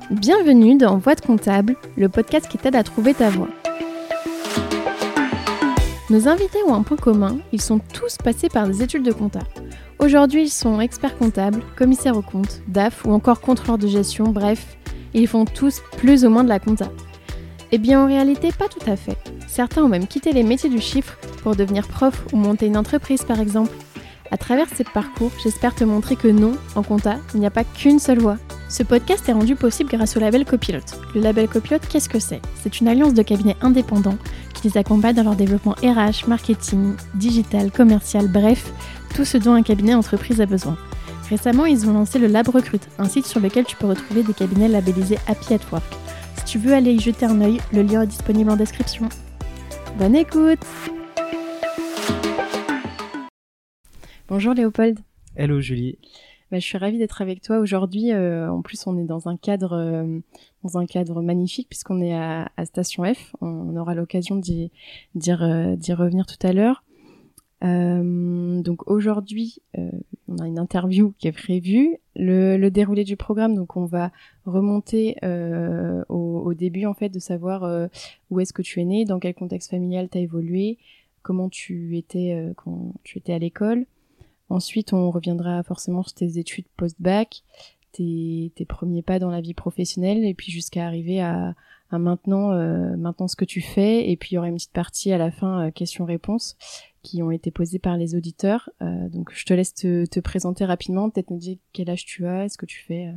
Bienvenue dans Voix de comptable, le podcast qui t'aide à trouver ta voie. Nos invités ont un point commun, ils sont tous passés par des études de compta. Aujourd'hui, ils sont experts comptables, commissaires aux comptes, DAF ou encore contrôleurs de gestion, bref, ils font tous plus ou moins de la compta. Eh bien en réalité, pas tout à fait. Certains ont même quitté les métiers du chiffre pour devenir prof ou monter une entreprise par exemple. À travers ces parcours, j'espère te montrer que non, en compta, il n'y a pas qu'une seule voie. Ce podcast est rendu possible grâce au label Copilote. Le label Copilote, qu'est-ce que c'est ? C'est une alliance de cabinets indépendants qui les accompagne dans leur développement RH, marketing, digital, commercial, bref, tout ce dont un cabinet entreprise a besoin. Récemment, ils ont lancé le Lab Recrute, un site sur lequel tu peux retrouver des cabinets labellisés Happy at Work. Si tu veux aller y jeter un œil, le lien est disponible en description. Bonne écoute! Bonjour Léopold. Hello Julie. Je suis ravie d'être avec toi aujourd'hui. En plus, on est dans un cadre magnifique puisqu'on est à Station F. On aura l'occasion d'y revenir tout à l'heure. Donc aujourd'hui, on a une interview qui est prévue. Le déroulé du programme, donc on va remonter au début en fait de savoir où est-ce que tu es né, dans quel contexte familial tu as évolué, comment tu étais quand tu étais à l'école. Ensuite, on reviendra forcément sur tes études post-bac, tes premiers pas dans la vie professionnelle, et puis jusqu'à arriver à maintenant ce que tu fais. Et puis, il y aura une petite partie à la fin, questions-réponses, qui ont été posées par les auditeurs. Donc, je te laisse te présenter rapidement, peut-être nous dire quel âge tu as, ce que tu fais.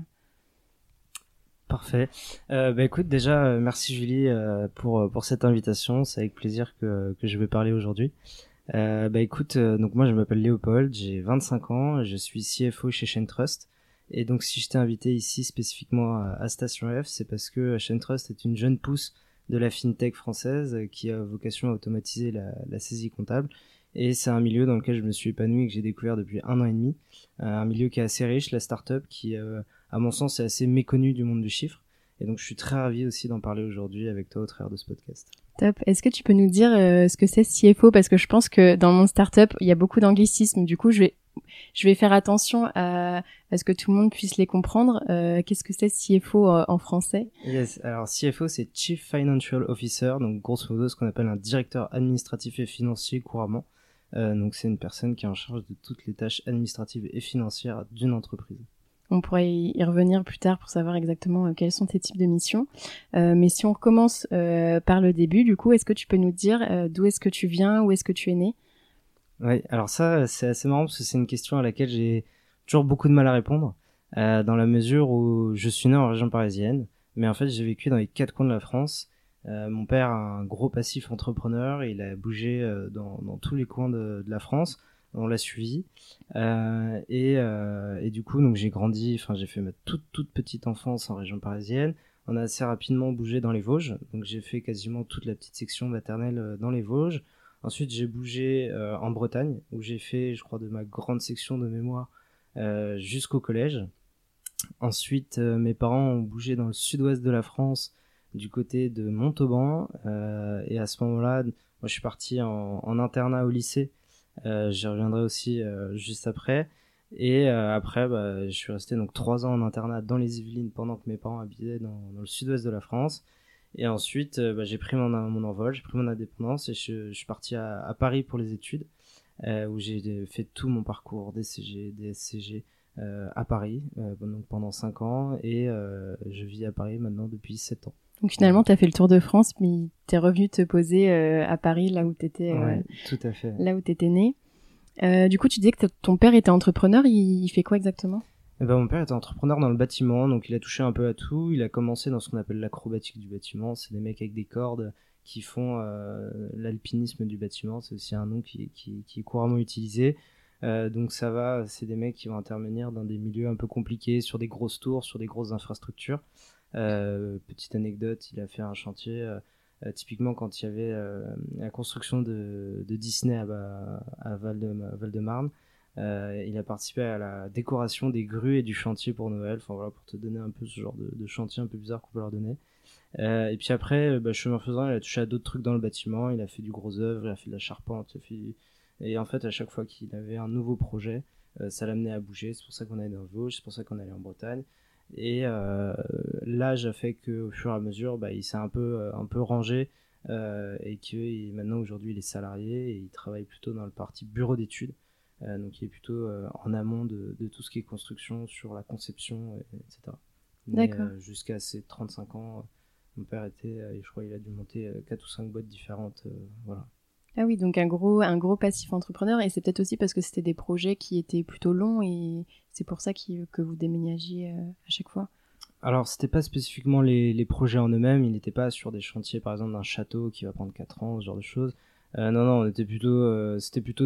Parfait. Écoute, déjà, merci Julie pour cette invitation. C'est avec plaisir que je vais parler aujourd'hui. Écoute, donc moi je m'appelle Léopold, j'ai 25 ans, je suis CFO chez Chaintrust. Et donc si je t'ai invité ici spécifiquement à Station F, c'est parce que Chaintrust est une jeune pousse de la fintech française qui a vocation à automatiser la saisie comptable. Et c'est un milieu dans lequel je me suis épanoui et que j'ai découvert depuis 1 an et demi. Un milieu qui est assez riche, la startup, qui à mon sens est assez méconnu du monde du chiffre. Et donc je suis très ravi aussi d'en parler aujourd'hui avec toi au travers de ce podcast. Top. Est-ce que tu peux nous dire ce que c'est CFO ? Parce que je pense que dans mon startup, il y a beaucoup d'anglicismes. Du coup, je vais faire attention à ce que tout le monde puisse les comprendre. Qu'est-ce que c'est CFO en français ? Yes. Alors CFO, c'est Chief Financial Officer, donc grosso modo ce qu'on appelle un directeur administratif et financier couramment. Donc c'est une personne qui est en charge de toutes les tâches administratives et financières d'une entreprise. On pourrait y revenir plus tard pour savoir exactement quels sont tes types de missions. Mais si on recommence par le début, du coup, est-ce que tu peux nous dire d'où est-ce que tu viens, où est-ce que tu es né ? Oui, alors ça, c'est assez marrant parce que c'est une question à laquelle j'ai toujours beaucoup de mal à répondre, dans la mesure où je suis né en région parisienne, mais en fait j'ai vécu dans les 4 coins de la France. Mon père a un gros passif entrepreneur, et il a bougé dans tous les coins de la France. On l'a suivi et du coup donc j'ai fait ma toute petite enfance en région parisienne. On a assez rapidement bougé dans les Vosges, donc j'ai fait quasiment toute la petite section maternelle dans les Vosges. Ensuite j'ai bougé en Bretagne, où j'ai fait, je crois, de ma grande section de mémoire jusqu'au collège. Ensuite mes parents ont bougé dans le sud-ouest de la France, du côté de Montauban, et à ce moment-là moi je suis parti en internat au lycée. J'y reviendrai aussi juste après. Et après, je suis resté donc 3 ans en internat dans les Yvelines pendant que mes parents habitaient dans le sud-ouest de la France. Et ensuite, j'ai pris mon envol, j'ai pris mon indépendance et je suis parti à Paris pour les études, où j'ai fait tout mon parcours DCG, DSCG à Paris donc pendant 5 ans, et je vis à Paris maintenant depuis 7 ans. Donc finalement, tu as fait le tour de France, mais t'es revenu te poser à Paris, là où t'étais, Ouais, tout à fait. là où t'étais né. Du coup, tu disais que ton père était entrepreneur. Il fait quoi exactement ? Mon père était entrepreneur dans le bâtiment, donc il a touché un peu à tout. Il a commencé dans ce qu'on appelle l'acrobatique du bâtiment. C'est des mecs avec des cordes qui font l'alpinisme du bâtiment. C'est aussi un nom qui est couramment utilisé. Donc ça va, c'est des mecs qui vont intervenir dans des milieux un peu compliqués, sur des grosses tours, sur des grosses infrastructures. Petite anecdote, il a fait un chantier typiquement quand il y avait la construction de Disney à Val-de-Marne. Il a participé à la décoration des grues et du chantier pour Noël. Enfin voilà, pour te donner un peu ce genre de chantier un peu bizarre qu'on peut leur donner. Et puis après, chemin faisant, il a touché à d'autres trucs dans le bâtiment. Il a fait du gros œuvre, il a fait de la charpente, et en fait à chaque fois qu'il avait un nouveau projet, ça l'amenait à bouger. C'est pour ça qu'on allait dans le Vosges, c'est pour ça qu'on allait en Bretagne. Et l'âge a fait qu'au fur et à mesure, il s'est un peu rangé et que maintenant aujourd'hui il est salarié et il travaille plutôt dans le parti bureau d'études. Donc il est plutôt en amont de tout ce qui est construction, sur la conception, etc. Mais D'accord. jusqu'à ses 35 ans, mon père était, je crois il a dû monter 4 ou 5 boîtes différentes. Voilà. Ah oui, donc un gros passif entrepreneur, et c'est peut-être aussi parce que c'était des projets qui étaient plutôt longs et c'est pour ça que vous déménagiez à chaque fois. Alors, c'était pas spécifiquement les projets en eux-mêmes, il n'était pas sur des chantiers, par exemple, d'un château qui va prendre 4 ans, ce genre de choses. Non, non, c'était plutôt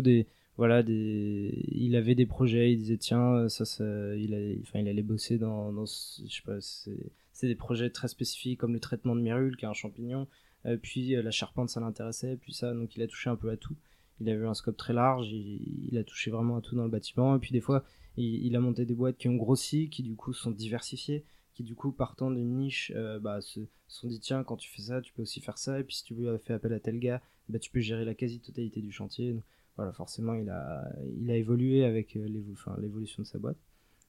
il avait des projets, il disait, tiens, il allait bosser je sais pas, c'est des projets très spécifiques, comme le traitement de mérule, qui est un champignon, puis la charpente, ça l'intéressait, puis ça, donc il a touché un peu à tout. Il avait un scope très large, il a touché vraiment à tout dans le bâtiment, et puis des fois, il a monté des boîtes qui ont grossi, qui du coup sont diversifiées, qui du coup partant d'une niche se sont dit tiens quand tu fais ça tu peux aussi faire ça, et puis si tu veux faire appel à tel gars tu peux gérer la quasi-totalité du chantier. Donc, voilà, forcément il a évolué avec l'évolution de sa boîte,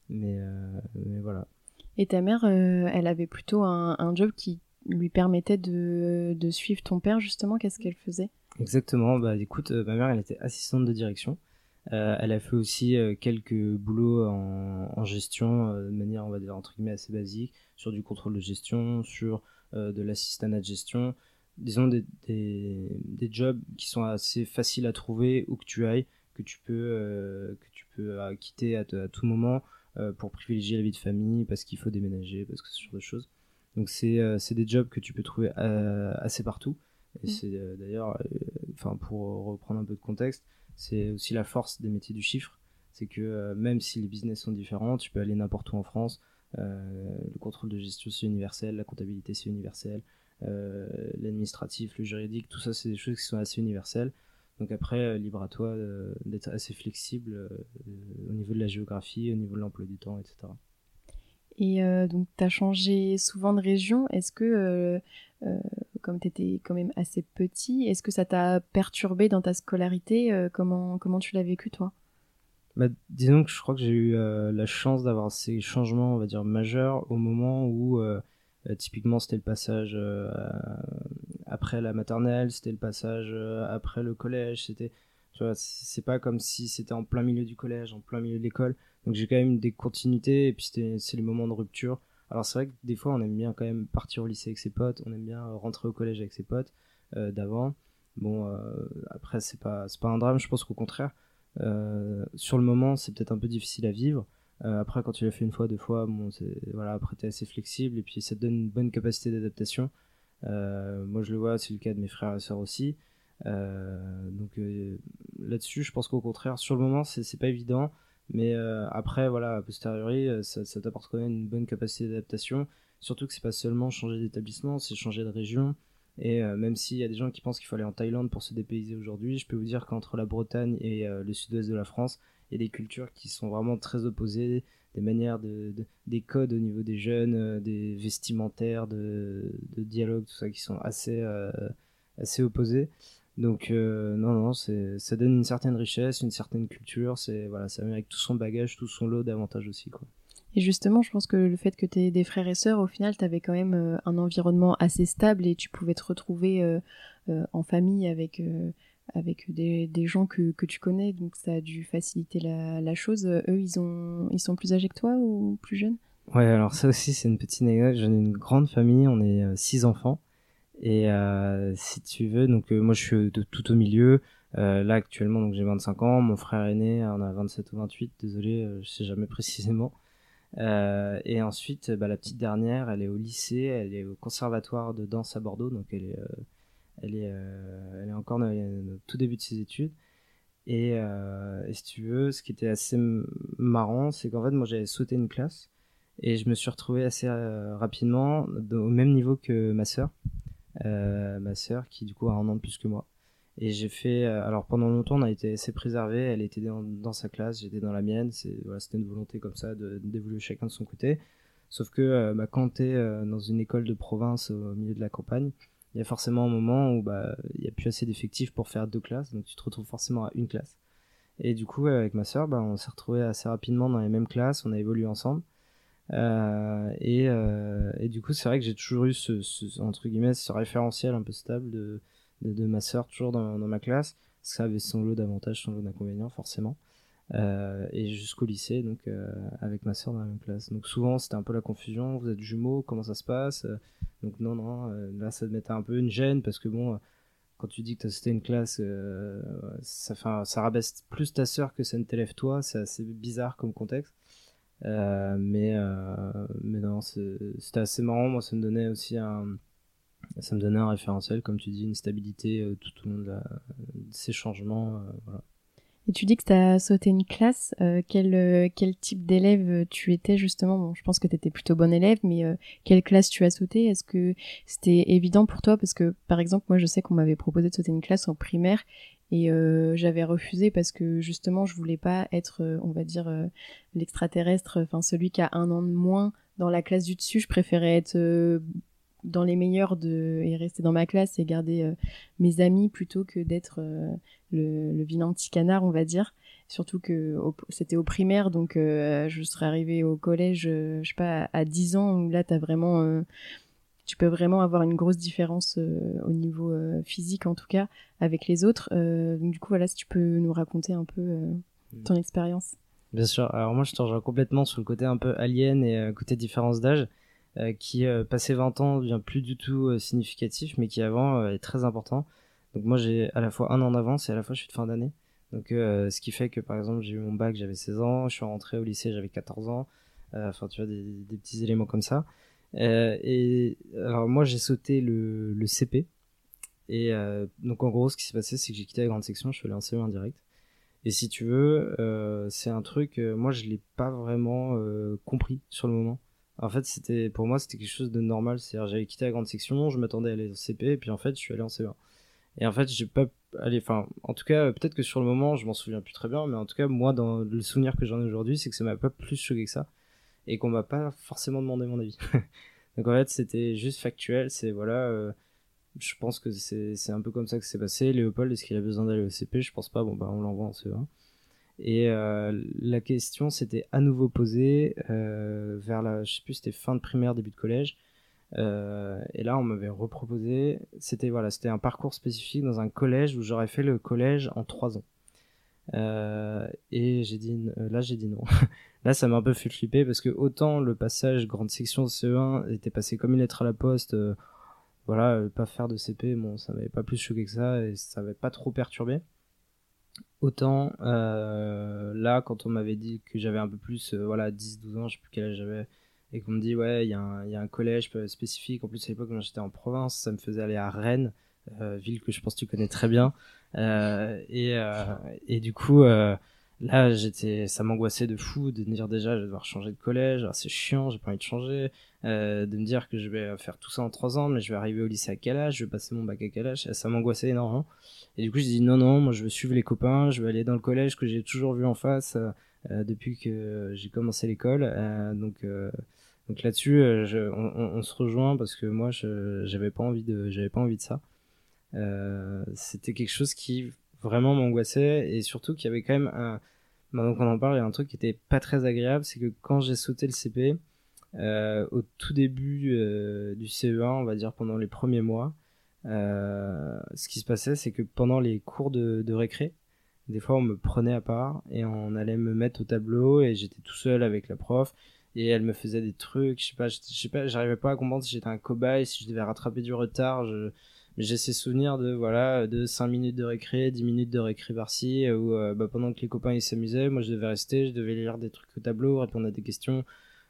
mais voilà. Et ta mère, elle avait plutôt un job qui lui permettait de suivre ton père, justement. Qu'est-ce qu'elle faisait? Exactement, écoute, ma mère elle était assistante de direction. Elle a fait aussi quelques boulots en gestion, de manière, on va dire, entre guillemets, assez basique, sur du contrôle de gestion, sur de l'assistanat de gestion. Disons des jobs qui sont assez faciles à trouver où que tu ailles, que tu peux quitter à tout moment pour privilégier la vie de famille, parce qu'il faut déménager, parce que ce genre de choses. Donc c'est des jobs que tu peux trouver assez partout. Et c'est d'ailleurs, pour reprendre un peu de contexte, c'est aussi la force des métiers du chiffre. C'est que même si les business sont différents, tu peux aller n'importe où en France. Le contrôle de gestion, c'est universel. La comptabilité, c'est universel. L'administratif, le juridique, tout ça, c'est des choses qui sont assez universelles. Donc après, libre à toi d'être assez flexible au niveau de la géographie, au niveau de l'emploi du temps, etc. Et donc, tu as changé souvent de région. Est-ce que, comme tu étais quand même assez petit, est-ce que ça t'a perturbé dans ta scolarité? Comment tu l'as vécu, toi? Disons que je crois que j'ai eu la chance d'avoir ces changements, on va dire, majeurs au moment où typiquement c'était le passage après la maternelle, c'était le passage après le collège, tu vois, c'est pas comme si c'était en plein milieu du collège, en plein milieu de l'école. Donc j'ai quand même des continuités, et puis c'est les moments de rupture. Alors c'est vrai que des fois on aime bien quand même partir au lycée avec ses potes, on aime bien rentrer au collège avec ses potes d'avant. Bon, après c'est pas un drame, je pense qu'au contraire. Sur le moment, c'est peut-être un peu difficile à vivre. Après, quand tu l'as fait une fois, deux fois, bon, voilà, après, t'es assez flexible et puis ça te donne une bonne capacité d'adaptation. Moi, je le vois, c'est le cas de mes frères et sœurs aussi. Donc là-dessus, je pense qu'au contraire, sur le moment, c'est pas évident. Mais après, voilà, a posteriori, ça t'apporte quand même une bonne capacité d'adaptation. Surtout que c'est pas seulement changer d'établissement, c'est changer de région. Et même s'il y a des gens qui pensent qu'il faut aller en Thaïlande pour se dépayser aujourd'hui, je peux vous dire qu'entre la Bretagne et le sud-ouest de la France, il y a des cultures qui sont vraiment très opposées, des manières des codes au niveau des jeunes, des vestimentaires, de dialogue, tout ça qui sont assez opposés. Donc non, non, ça donne une certaine richesse, une certaine culture, voilà, ça vient avec tout son bagage, tout son lot d'avantages aussi, quoi. Et justement, je pense que le fait que tu aies des frères et sœurs, au final, tu avais quand même un environnement assez stable et tu pouvais te retrouver en famille avec des gens que tu connais. Donc ça a dû faciliter la chose. Eux, ils sont plus âgés que toi ou plus jeunes? Ouais, alors ça aussi, c'est une petite anecdote. J'en ai une grande famille, on est 6 enfants. Et si tu veux, donc moi je suis tout au milieu. Là actuellement, donc j'ai 25 ans. Mon frère aîné en a 27 ou 28. Désolé, je sais jamais précisément. Et ensuite, la petite dernière, elle est au lycée, elle est au conservatoire de danse à Bordeaux, donc elle est encore au tout début de ses études. Et si tu veux, ce qui était assez marrant, c'est qu'en fait, moi j'avais sauté une classe et je me suis retrouvé assez rapidement au même niveau que ma sœur qui du coup a un an de plus que moi. Et j'ai fait, alors pendant longtemps on a été assez préservés, elle était dans sa classe, j'étais dans la mienne, voilà, c'était une volonté comme ça d'évoluer chacun de son côté. Sauf que quand tu es dans une école de province au milieu de la campagne, il y a forcément un moment où il n'y a plus assez d'effectifs pour faire 2 classes, donc tu te retrouves forcément à une classe. Et du coup avec ma sœur, on s'est retrouvés assez rapidement dans les mêmes classes, on a évolué ensemble. Et du coup, c'est vrai que j'ai toujours eu entre guillemets, ce référentiel un peu stable de ma sœur toujours dans ma classe. Ça avait son lot d'avantages, son lot d'inconvénients, forcément. Et jusqu'au lycée, donc avec ma sœur dans la même classe. Donc souvent, c'était un peu la confusion. Vous êtes jumeaux, comment ça se passe? Donc non, là, ça mettait un peu une gêne parce que bon, quand tu dis que t'as sauté une classe, ça rabaisse plus ta sœur que ça ne t'élève toi. C'est assez bizarre comme contexte. Mais non, c'était assez marrant. Moi, ça me donnait un référentiel, comme tu dis, une stabilité tout au long de ces changements. Voilà. Et tu dis que tu as sauté une classe. Quel type d'élève tu étais justement? Bon, je pense que tu étais plutôt bon élève, mais quelle classe tu as sauté? Est-ce que c'était évident pour toi? Parce que, par exemple, moi, je sais qu'on m'avait proposé de sauter une classe en primaire et j'avais refusé parce que justement, je voulais pas être, on va dire, l'extraterrestre, enfin celui qui a un an de moins dans la classe du dessus. Je préférais être dans les meilleurs et rester dans ma classe et garder mes amis plutôt que d'être le vilain petit canard, on va dire. Surtout que c'était au primaire, donc je serais arrivée au collège, je sais pas, à 10 ans, où là, tu peux vraiment avoir une grosse différence au niveau physique, en tout cas, avec les autres. Donc, du coup, voilà, si tu peux nous raconter un peu ton expérience. Bien sûr. Alors moi, je te rejoins complètement sur le côté un peu alien et côté différence d'âge, qui passé 20 ans devient plus du tout significatif, mais qui avant est très important. Donc moi, j'ai à la fois un an d'avance et à la fois je suis de fin d'année. Donc ce qui fait que par exemple, j'ai eu mon bac, j'avais 16 ans, je suis rentré au lycée, j'avais 14 ans. Enfin, tu vois, des petits éléments comme ça. Et alors moi, j'ai sauté le CP. Et donc en gros, ce qui s'est passé, c'est que j'ai quitté la grande section, je suis allé en CE1 direct. Et si tu veux, c'est un truc, moi je l'ai pas vraiment compris sur le moment. En fait, pour moi, c'était quelque chose de normal. C'est-à-dire, j'avais quitté la grande section, je m'attendais à aller au CP, et puis en fait, je suis allé en CE1. Et en fait, j'ai pas allé, enfin, en tout cas, peut-être que sur le moment, je m'en souviens plus très bien, mais en tout cas, moi, dans le souvenir que j'en ai aujourd'hui, c'est que ça m'a pas plus choqué que ça, et qu'on m'a pas forcément demandé mon avis. Donc en fait, c'était juste factuel. C'est voilà. Je pense que c'est un peu comme ça que c'est passé. Léopold, est-ce qu'il a besoin d'aller au CP? Je pense pas. Bon, bah, on l'envoie en CE1. Et la question s'était à nouveau posée vers je sais plus, c'était fin de primaire, début de collège. Et là, on m'avait reproposé. C'était un parcours spécifique dans un collège où j'aurais fait le collège en 3 ans. Et j'ai dit non. Là, ça m'a un peu fait flipper parce que autant le passage grande section CE1 était passé comme une lettre à la poste. Voilà, pas faire de CP, bon, ça m'avait pas plus choqué que ça et ça m'avait pas trop perturbé. Autant là, quand on m'avait dit que j'avais un peu plus, voilà, 10-12 ans, je sais plus quel âge j'avais, et qu'on me dit, ouais, il y a un collège spécifique. En plus, à l'époque, quand j'étais en province, ça me faisait aller à Rennes, ville que je pense que tu connais très bien. Et du coup, là, ça m'angoissait de fou de me dire déjà, je vais devoir changer de collège. Alors, c'est chiant, j'ai pas envie de changer. De me dire que je vais faire tout ça en 3 ans, mais je vais arriver au lycée à quel âge, je vais passer mon bac à quel âge. Ça m'angoissait énormément. Et du coup, je dis non, moi je veux suivre les copains, je veux aller dans le collège que j'ai toujours vu en face depuis que j'ai commencé l'école. Donc là-dessus, on se rejoint parce que moi, j'avais pas envie de ça. C'était quelque chose qui vraiment m'angoissait et surtout qu'il y avait quand même maintenant qu'on en parle, il y a un truc qui était pas très agréable, c'est que quand j'ai sauté le CP, au tout début du CE1, on va dire pendant les premiers mois, ce qui se passait, c'est que pendant les cours de récré, des fois on me prenait à part et on allait me mettre au tableau et j'étais tout seul avec la prof et elle me faisait des trucs, je sais pas, j'arrivais pas à comprendre si j'étais un cobaye, si je devais rattraper du retard. Mais j'ai ces souvenirs de 5 minutes de récré, 10 minutes de récré par-ci, où pendant que les copains ils s'amusaient, moi je devais rester, je devais lire des trucs au tableau, répondre à des questions.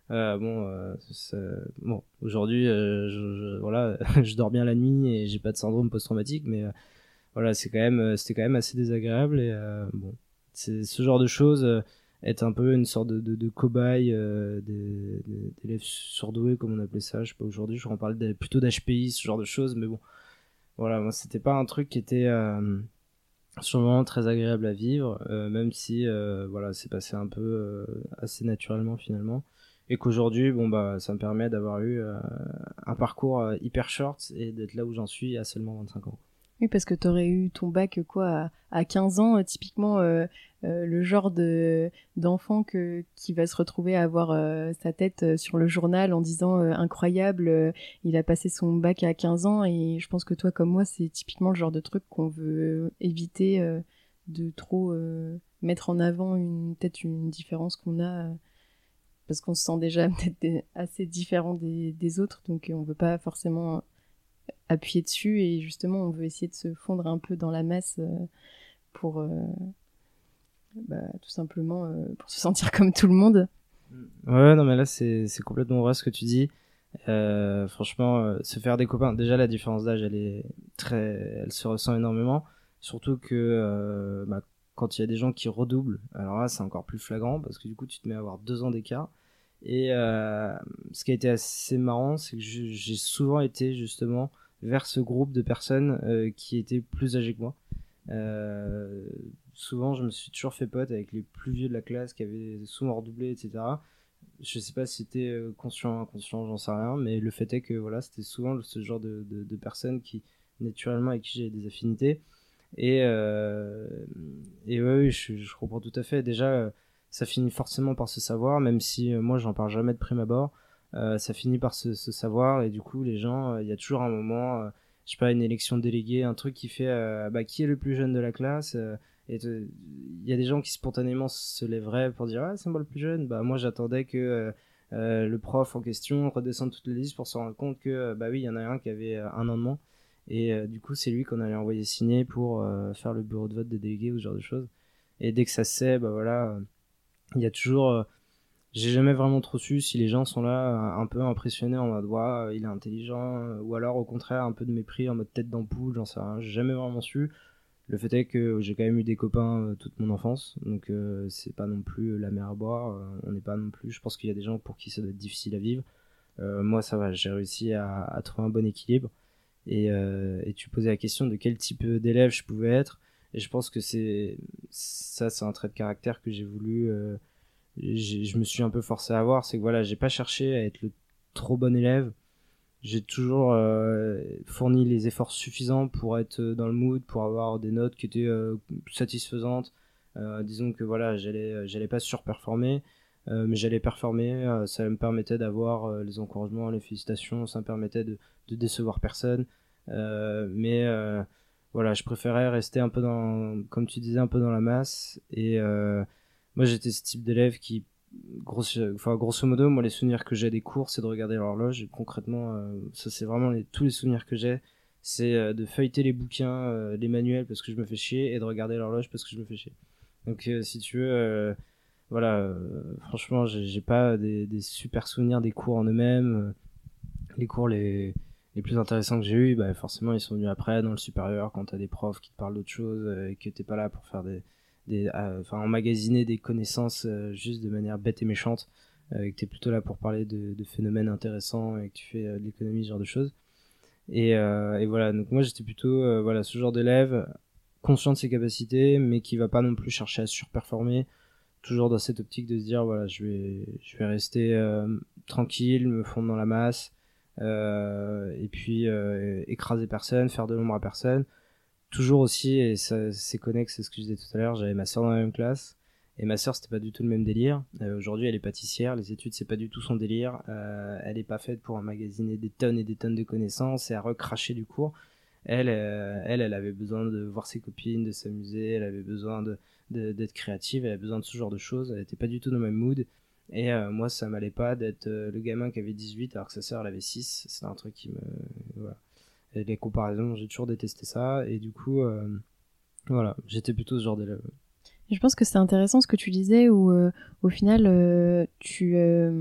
Bon, aujourd'hui, voilà, je dors bien la nuit et j'ai pas de syndrome post-traumatique, mais voilà, c'était quand même assez désagréable et bon, c'est ce genre de choses, être un peu une sorte de cobaye, d'élèves surdoués comme on appelait ça. Je sais pas, aujourd'hui, je parle plutôt d'HPI, ce genre de choses, mais bon, voilà, moi c'était pas un truc qui était sur le moment très agréable à vivre, même si voilà, c'est passé un peu assez naturellement finalement. Et qu'aujourd'hui, bon bah, ça me permet d'avoir eu un parcours hyper short et d'être là où j'en suis à seulement 25 ans. Oui, parce que t'aurais eu ton bac à 15 ans, typiquement le genre de d'enfant qui va se retrouver à avoir sa tête sur le journal en disant incroyable, il a passé son bac à 15 ans, et je pense que toi comme moi, c'est typiquement le genre de truc qu'on veut éviter de trop mettre en avant peut-être une différence qu'on a parce qu'on se sent déjà peut-être assez différent des autres, donc on veut pas forcément appuyer dessus, et justement on veut essayer de se fondre un peu dans la masse pour tout simplement pour se sentir comme tout le monde. Ouais, non mais là c'est complètement vrai ce que tu dis. Franchement, se faire des copains, déjà la différence d'âge elle se ressent énormément, surtout que quand il y a des gens qui redoublent, alors là c'est encore plus flagrant parce que du coup tu te mets à avoir 2 ans d'écart. Et ce qui a été assez marrant, c'est que j'ai souvent été justement vers ce groupe de personnes qui étaient plus âgées que moi. Souvent, je me suis toujours fait pote avec les plus vieux de la classe qui avaient souvent redoublé, etc. Je sais pas si c'était conscient, inconscient, j'en sais rien, mais le fait est que voilà, c'était souvent ce genre de personnes qui, naturellement, avec qui j'avais des affinités. Et, oui, je comprends tout à fait. Déjà, ça finit forcément par se savoir, même si moi, j'en parle jamais de prime abord. Ça finit par se savoir, et du coup, les gens, il y a toujours un moment, je sais pas, une élection de délégué, un truc qui fait qui est le plus jeune de la classe. Et il y a des gens qui spontanément se lèveraient pour dire ah, c'est moi le plus jeune. Bah, moi, j'attendais que le prof en question redescende toute la liste pour se rendre compte que oui, il y en a un qui avait 1 an de moins. Et du coup, c'est lui qu'on allait envoyer signer pour faire le bureau de vote des délégués ou ce genre de choses. Et dès que ça se sait, voilà, il y a toujours. J'ai jamais vraiment trop su si les gens sont là un peu impressionnés en mode ouais, il est intelligent, ou alors au contraire un peu de mépris en mode tête d'ampoule, j'en sais rien. J'ai jamais vraiment su. Le fait est que j'ai quand même eu des copains toute mon enfance, donc c'est pas non plus la mer à boire. On n'est pas non plus. Je pense qu'il y a des gens pour qui ça doit être difficile à vivre. Moi, ça va, j'ai réussi à trouver un bon équilibre. Et tu posais la question de quel type d'élève je pouvais être. Et je pense que c'est un trait de caractère que j'ai voulu. Je me suis un peu forcé à avoir. C'est que voilà, j'ai pas cherché à être le trop bon élève. J'ai toujours fourni les efforts suffisants pour être dans le mood, pour avoir des notes qui étaient satisfaisantes. Disons que voilà, j'allais pas surperformer, mais j'allais performer. Ça me permettait d'avoir les encouragements, les félicitations. Ça me permettait de décevoir personne. Mais voilà, je préférais rester un peu comme tu disais, un peu dans la masse. Et moi, j'étais ce type d'élève qui grosso modo, moi, les souvenirs que j'ai des cours, c'est de regarder l'horloge. Et concrètement, ça, c'est vraiment tous les souvenirs que j'ai. C'est de feuilleter les bouquins, les manuels parce que je me fais chier, et de regarder l'horloge parce que je me fais chier. Donc, si tu veux, voilà, franchement, j'ai pas des super souvenirs des cours en eux-mêmes. Les cours les plus intéressants que j'ai eu, forcément, ils sont venus après, dans le supérieur, quand t'as des profs qui te parlent d'autre chose, et que t'es pas là pour faire emmagasiner des connaissances juste de manière bête et méchante, et que t'es plutôt là pour parler de phénomènes intéressants, et que tu fais de l'économie, ce genre de choses. Et voilà, donc moi j'étais plutôt voilà, ce genre d'élève, conscient de ses capacités, mais qui va pas non plus chercher à surperformer, toujours dans cette optique de se dire voilà, je vais rester tranquille, me fondre dans la masse, et puis écraser personne, faire de l'ombre à personne. Toujours aussi, et ça c'est connexe, c'est ce que je disais tout à l'heure, j'avais ma soeur dans la même classe, et ma soeur c'était pas du tout le même délire. Aujourd'hui elle est pâtissière, les études c'est pas du tout son délire, elle est pas faite pour emmagasiner des tonnes et des tonnes de connaissances et à recracher du cours. Elle avait besoin de voir ses copines, de s'amuser, elle avait besoin d'être créative, elle avait besoin de ce genre de choses, elle était pas du tout dans le même mood. Et moi ça m'allait pas d'être le gamin qui avait 18 alors que sa sœur elle avait 6, c'est un truc qui me... Voilà. Et les comparaisons, j'ai toujours détesté ça, et du coup voilà, j'étais plutôt ce genre d'élève. Je pense que c'est intéressant ce que tu disais, où au final tu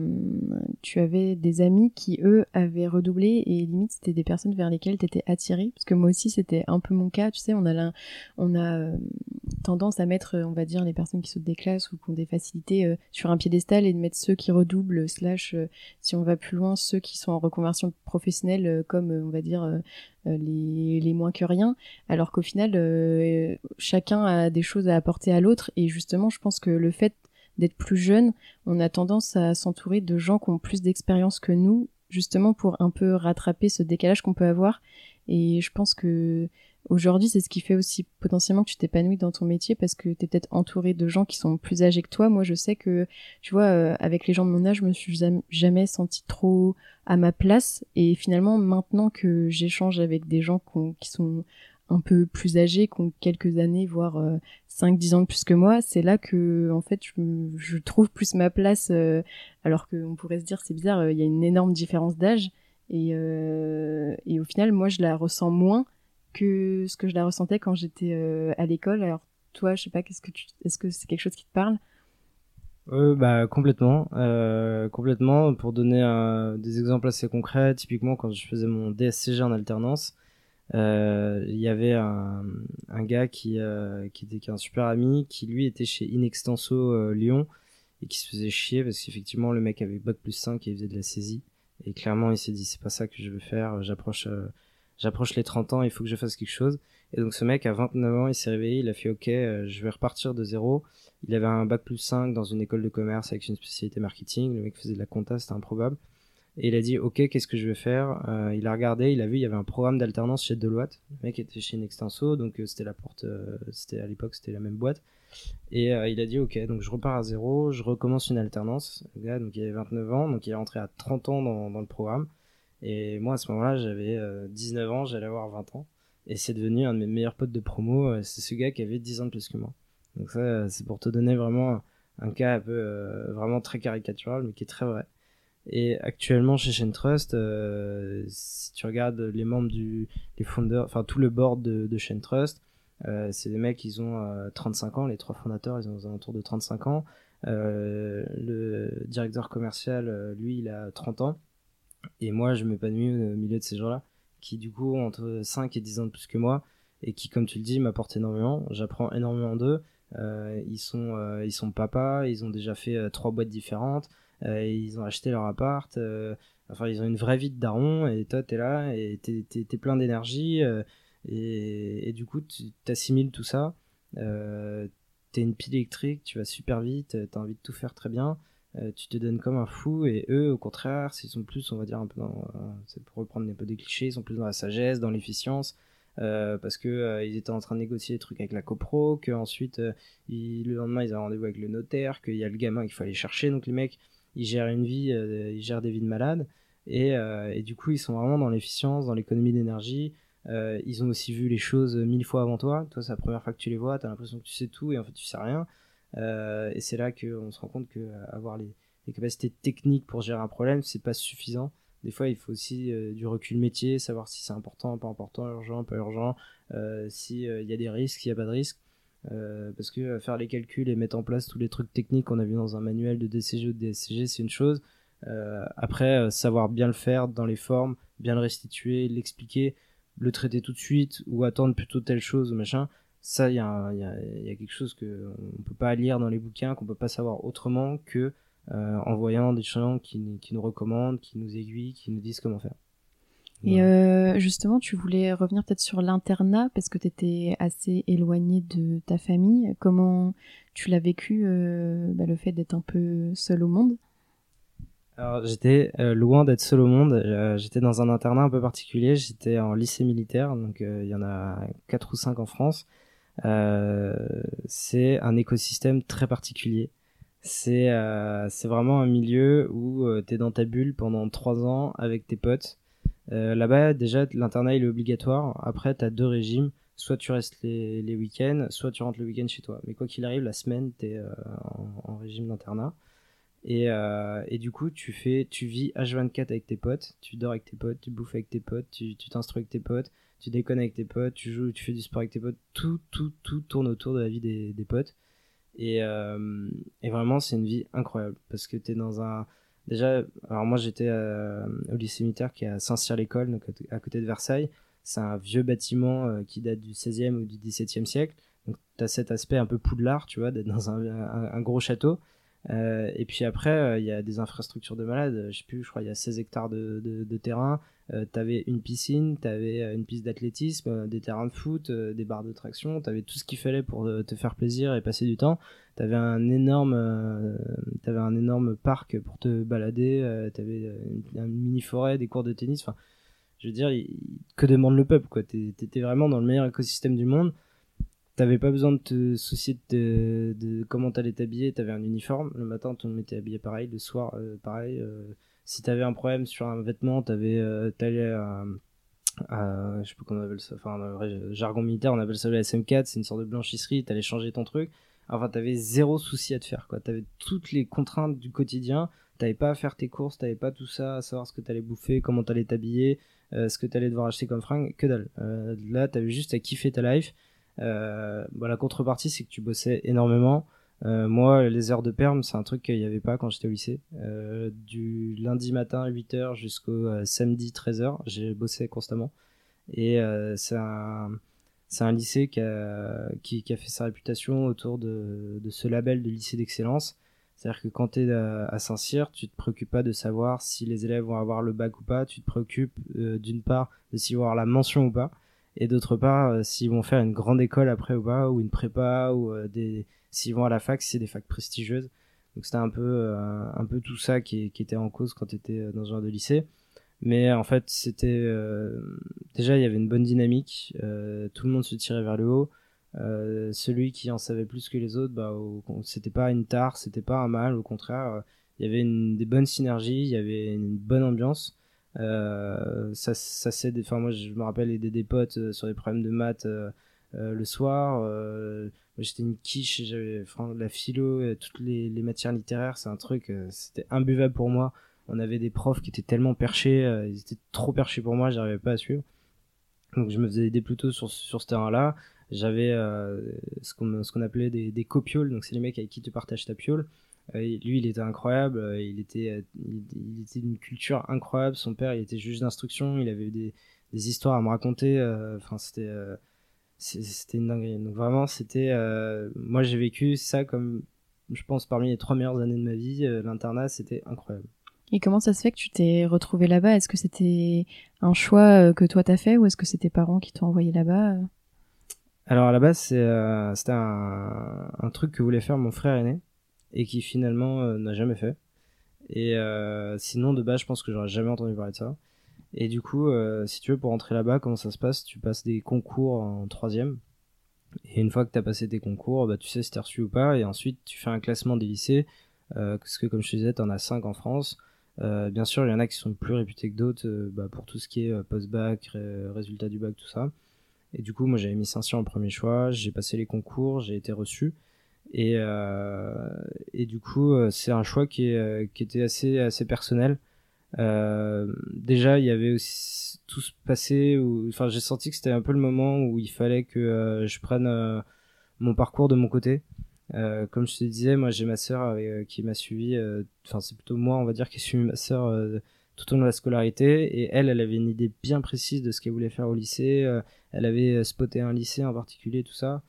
avais des amis qui eux avaient redoublé, et limite c'était des personnes vers lesquelles t'étais attiré, parce que moi aussi c'était un peu mon cas, tu sais, on a tendance à mettre, on va dire, les personnes qui sautent des classes ou qui ont des facilités sur un piédestal, et de mettre ceux qui redoublent, si on va plus loin, ceux qui sont en reconversion professionnelle comme on va dire les moins que rien, alors qu'au final chacun a des choses à apporter à l'autre. Et justement je pense que le fait d'être plus jeune, on a tendance à s'entourer de gens qui ont plus d'expérience que nous, justement pour un peu rattraper ce décalage qu'on peut avoir. Et je pense que aujourd'hui, c'est ce qui fait aussi potentiellement que tu t'épanouis dans ton métier parce que t'es peut-être entouré de gens qui sont plus âgés que toi. Moi, je sais que, tu vois, avec les gens de mon âge, je me suis jamais sentie trop à ma place. Et finalement, maintenant que j'échange avec des gens qui sont un peu plus âgés, qui ont quelques années, voire 5-10 ans de plus que moi, c'est là que, en fait, je trouve plus ma place, alors qu'on pourrait se dire, c'est bizarre, il y a une énorme différence d'âge. Et au final, moi, je la ressens moins que ce que je la ressentais quand j'étais à l'école. Alors toi, je sais pas, est-ce que c'est quelque chose qui te parle? Bah complètement, complètement. Pour donner des exemples assez concrets, typiquement quand je faisais mon DSCG en alternance, il y avait un gars qui est un super ami, qui lui était chez Inextenso Lyon et qui se faisait chier parce qu'effectivement le mec avait bac+5 et il faisait de la saisie. Et clairement il s'est dit c'est pas ça que je veux faire, j'approche les 30 ans, il faut que je fasse quelque chose. Et donc ce mec à 29 ans, il s'est réveillé, il a fait ok, je vais repartir de zéro. Il avait un bac+5 dans une école de commerce avec une spécialité marketing, le mec faisait de la compta, c'était improbable. Et il a dit ok, qu'est-ce que je vais faire. Il a regardé, il a vu il y avait un programme d'alternance chez Deloitte. Le mec était chez Nextenso, donc c'était la porte, c'était à l'époque c'était la même boîte. Et il a dit ok, donc je repars à zéro, je recommence une alternance. Le gars, donc il avait 29 ans, donc il est rentré à 30 ans dans le programme. Et moi à ce moment-là j'avais 19 ans, j'allais avoir 20 ans. Et c'est devenu un de mes meilleurs potes de promo, c'est ce gars qui avait 10 ans de plus que moi. Donc ça c'est pour te donner vraiment un cas un peu vraiment très caricatural mais qui est très vrai. Et actuellement chez ShaneTrust, si tu regardes les membres les founders, enfin tout le board de ShaneTrust, c'est des mecs, ils ont 35 ans, les 3 fondateurs, ils ont aux alentours de 35 ans. Le directeur commercial, lui, il a 30 ans. Et moi, je m'épanouis au milieu de ces gens-là, qui du coup ont entre 5 et 10 ans de plus que moi, et qui, comme tu le dis, m'apportent énormément. J'apprends énormément d'eux. Ils sont papas, ils ont déjà fait 3 boîtes différentes, ils ont acheté leur appart. Enfin, ils ont une vraie vie de daron, et toi, t'es là, et t'es plein d'énergie, et du coup, tu t'assimiles tout ça. T'es une pile électrique, tu vas super vite, t'as envie de tout faire très bien. Tu te donnes comme un fou, et eux au contraire ils sont plus, on va dire, un peu dans, c'est pour reprendre un peu des clichés, ils sont plus dans la sagesse, dans l'efficience, parce que ils étaient en train de négocier des trucs avec la copro, que ensuite le lendemain ils avaient rendez-vous avec le notaire, qu'il y a le gamin qu'il faut aller chercher, donc les mecs ils gèrent une vie, ils gèrent des vies de malades, et du coup ils sont vraiment dans l'efficience, dans l'économie d'énergie. Ils ont aussi vu les choses 1000 fois avant toi, c'est la première fois que tu les vois, t'as l'impression que tu sais tout et en fait tu sais rien. Et c'est là qu'on se rend compte que avoir les capacités techniques pour gérer un problème, c'est pas suffisant. Des fois, il faut aussi du recul métier, savoir si c'est important, pas important, urgent, pas urgent, si il y a des risques, s'il n'y a pas de risques. Parce que faire les calculs et mettre en place tous les trucs techniques qu'on a vu dans un manuel de DCG ou de DSCG, c'est une chose. Après, savoir bien le faire dans les formes, bien le restituer, l'expliquer, le traiter tout de suite ou attendre plutôt telle chose ou machin, ça, il y a quelque chose qu'on ne peut pas lire dans les bouquins, qu'on ne peut pas savoir autrement que en voyant des gens qui nous recommandent, qui nous aiguillent, qui nous disent comment faire. Et Voilà. justement, tu voulais revenir peut-être sur l'internat parce que tu étais assez éloigné de ta famille. Comment tu l'as vécu, le fait d'être un peu seul au monde? Alors j'étais loin d'être seul au monde, j'étais dans un internat un peu particulier, j'étais en lycée militaire, donc il y en a 4 ou 5 en France. C'est un écosystème très particulier. C'est vraiment un milieu où tu es dans ta bulle pendant 3 ans avec tes potes. Là-bas, déjà, l'internat il est obligatoire. Après, tu as 2 régimes. Soit tu restes les week-ends, soit tu rentres le week-end chez toi. Mais quoi qu'il arrive, la semaine, tu es en régime d'internat. Et du coup, tu vis H24 avec tes potes, tu dors avec tes potes, tu bouffes avec tes potes, tu t'instruis avec tes potes, tu déconnes avec tes potes, tu joues, tu fais du sport avec tes potes, tout tourne autour de la vie des potes. Et vraiment, c'est une vie incroyable parce que t'es dans un. Déjà, alors moi j'étais au lycée militaire qui est à Saint-Cyr-l'École, donc à côté de Versailles. C'est un vieux bâtiment qui date du 16e ou du 17e siècle. Donc t'as cet aspect un peu Poudlard, tu vois, d'être dans un gros château. Et puis après, il y a des infrastructures de malade. Je sais plus, je crois il y a 16 hectares de terrain. T'avais une piscine, t'avais une piste d'athlétisme, des terrains de foot, des barres de traction. T'avais tout ce qu'il fallait pour te faire plaisir et passer du temps. T'avais un énorme parc pour te balader. T'avais une mini forêt, des cours de tennis. Enfin, je veux dire, que demande le peuple, quoi. T'étais vraiment dans le meilleur écosystème du monde. T'avais pas besoin de te soucier de comment t'allais t'habiller. T'avais un uniforme. Le matin, tout le monde était habillé pareil. Le soir, pareil. Si t'avais un problème sur un vêtement, t'allais je sais pas comment on appelle ça. Enfin, dans le jargon militaire, on appelle ça le SM4. C'est une sorte de blanchisserie. T'allais changer ton truc. Enfin, t'avais zéro souci à te faire, quoi. T'avais toutes les contraintes du quotidien. T'avais pas à faire tes courses. T'avais pas tout ça, à savoir ce que t'allais bouffer, comment t'allais t'habiller, ce que t'allais devoir acheter comme fringue. Que dalle. Là, t'avais juste à kiffer ta life. Bon, la contrepartie, c'est que tu bossais énormément. Moi, les heures de perm, c'est un truc qu'il n'y avait pas quand j'étais au lycée. Du lundi matin à 8h jusqu'au samedi 13h, j'ai bossé constamment. Et c'est un lycée qui a fait sa réputation autour de ce label de lycée d'excellence. C'est-à-dire que quand tu es à Saint-Cyr, tu te préoccupes pas de savoir si les élèves vont avoir le bac ou pas. Tu te préoccupes d'une part de s'ils vont avoir la mention ou pas, et d'autre part s'ils vont faire une grande école après ou pas, ou une prépa, ou s'ils vont à la fac, si c'est des facs prestigieuses. Donc c'était un peu tout ça qui était en cause quand tu étais dans ce genre de lycée. Mais en fait, déjà il y avait une bonne dynamique, tout le monde se tirait vers le haut. Celui qui en savait plus que les autres, c'était pas une tare, c'était pas un mal, au contraire, il y avait des bonnes synergies, il y avait une bonne ambiance. Enfin moi je me rappelle aider des potes sur des problèmes de maths le soir. Moi, j'étais une quiche, j'avais la philo, toutes les matières littéraires, c'est un truc, c'était imbuvable pour moi. On avait des profs qui étaient tellement perchés, ils étaient trop perchés pour moi, j'arrivais pas à suivre. Donc je me faisais aider plutôt sur ce terrain-là. J'avais ce qu'on appelait des copioles, donc c'est les mecs avec qui tu partages ta piole. Lui, il était incroyable, il était d'une culture incroyable. Son père, il était juge d'instruction, il avait des histoires à me raconter. Enfin, c'était une dinguerie. Donc vraiment, moi j'ai vécu ça comme, je pense, parmi les 3 meilleures années de ma vie. L'internat, c'était incroyable. Et comment ça se fait que tu t'es retrouvé là-bas? Est-ce que c'était un choix que toi t'as fait ou est-ce que c'est tes parents qui t'ont envoyé là-bas? Alors à la base, c'était un truc que voulait faire mon frère aîné et qui finalement n'a jamais fait. Et sinon, de base, je pense que j'aurais jamais entendu parler de ça. Et du coup, si tu veux, pour rentrer là-bas, comment ça se passe? Tu passes des concours en 3e. Et une fois que tu as passé tes concours, tu sais si t'es reçu ou pas. Et ensuite, tu fais un classement des lycées. Parce que comme je te disais, t'en as 5 en France. Bien sûr, il y en a qui sont plus réputés que d'autres pour tout ce qui est post-bac, résultat du bac, tout ça. Et du coup, moi, j'avais mis Saint-Cyr en premier choix. J'ai passé les concours, j'ai été reçu. Et du coup, c'est un choix qui était assez personnel. Déjà, il y avait aussi tout ce passé où, enfin, j'ai senti que c'était un peu le moment où il fallait que je prenne mon parcours de mon côté. Comme je te disais, moi j'ai ma sœur qui m'a suivi, enfin c'est plutôt moi on va dire qui a suivi ma sœur tout au long de la scolarité, et elle avait une idée bien précise de ce qu'elle voulait faire au lycée. Elle avait spoté un lycée en particulier, tout ça.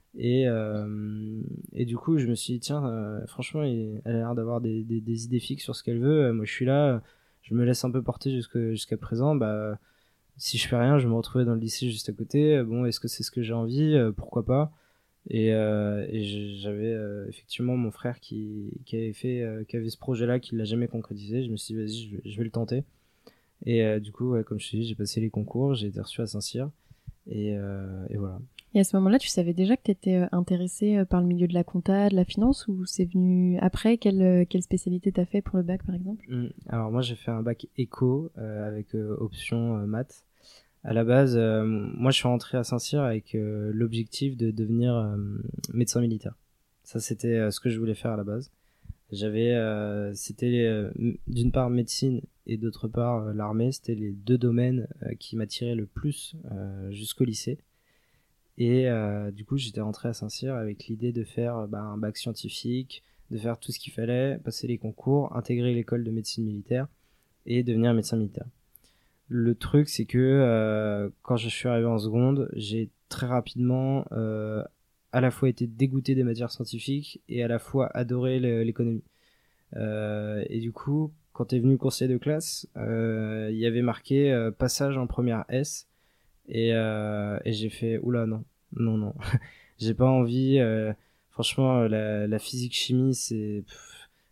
Et du coup je me suis dit tiens, franchement elle a l'air d'avoir des idées fixes sur ce qu'elle veut. Moi je suis là, je me laisse un peu porter jusqu'à présent. Si je fais rien, je vais me retrouver dans le lycée juste à côté. Bon, est-ce que c'est ce que j'ai envie? Pourquoi pas? Et j'avais effectivement mon frère qui avait ce projet-là, qui l'a jamais concrétisé. Je me suis dit, vas-y, je vais le tenter. Et du coup, ouais, comme je te dis, j'ai passé les concours, j'ai été reçu à Saint-Cyr. Et voilà. Et à ce moment-là, tu savais déjà que tu étais intéressé par le milieu de la compta, de la finance, ou c'est venu après? Quelle spécialité t'as fait pour le bac, par exemple? Alors moi, j'ai fait un bac éco avec option maths. À la base, moi, je suis rentré à Saint-Cyr avec l'objectif de devenir médecin militaire. Ça, c'était ce que je voulais faire à la base. C'était d'une part médecine et d'autre part l'armée. C'était les 2 domaines qui m'attiraient le plus jusqu'au lycée. Et du coup, j'étais rentré à Saint-Cyr avec l'idée de faire un bac scientifique, de faire tout ce qu'il fallait, passer les concours, intégrer l'école de médecine militaire et devenir médecin militaire. Le truc, c'est que quand je suis arrivé en seconde, j'ai très rapidement à la fois été dégoûté des matières scientifiques et à la fois adoré l'économie. Et du coup, quand est venu le conseiller de classe, il y avait marqué passage en première S. Et j'ai fait oula, non, non, non. J'ai pas envie. Franchement, la physique chimie,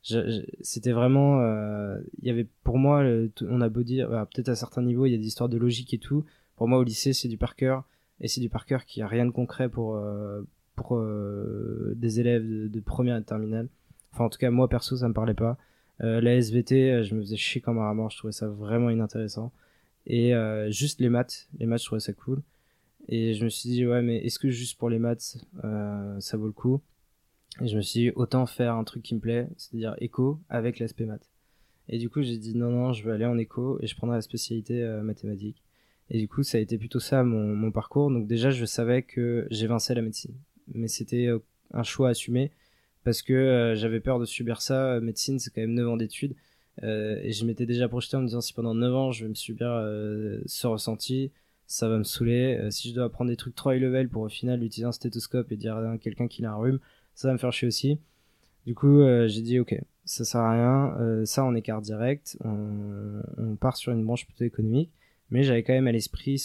C'était vraiment, il y avait pour moi, on a beau dire, peut-être à certains niveaux, il y a des histoires de logique et tout. Pour moi, au lycée, c'est du par cœur, et c'est du par cœur qui a rien de concret pour des élèves de première et de terminale. Enfin, en tout cas, moi perso, ça me parlait pas. La SVT, je me faisais chier comme un rat mort, je trouvais ça vraiment inintéressant. Et juste les maths, je trouvais ça cool. Et je me suis dit, ouais, mais est-ce que juste pour les maths, ça vaut le coup? Et je me suis dit, autant faire un truc qui me plaît, c'est-à-dire éco avec l'aspect maths. Et du coup, j'ai dit, non, non, je vais aller en éco et je prendrai la spécialité mathématiques. Et du coup, ça a été plutôt ça mon parcours. Donc déjà, je savais que j'évinçais la médecine. Mais c'était un choix assumé parce que j'avais peur de subir ça. Médecine, c'est quand même 9 ans d'études. Et je m'étais déjà projeté en me disant, si pendant 9 ans, je vais me subir ce ressenti, ça va me saouler. Si je dois apprendre des trucs trop high level pour au final utiliser un stéthoscope et dire à quelqu'un qu'il a un rhume, ça va me faire chier aussi. Du coup, j'ai dit, ok, ça sert à rien, ça on écarte direct, on part sur une branche plutôt économique, mais j'avais quand même à l'esprit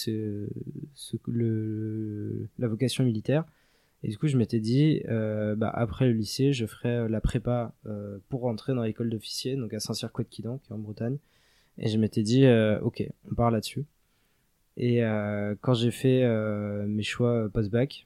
la vocation militaire. Et du coup, je m'étais dit, après le lycée, je ferai la prépa pour rentrer dans l'école d'officier, donc à Saint-Cyr-Couët-Quidan, qui est en Bretagne. Et je m'étais dit, ok, on part là-dessus. Et quand j'ai fait mes choix post-bac,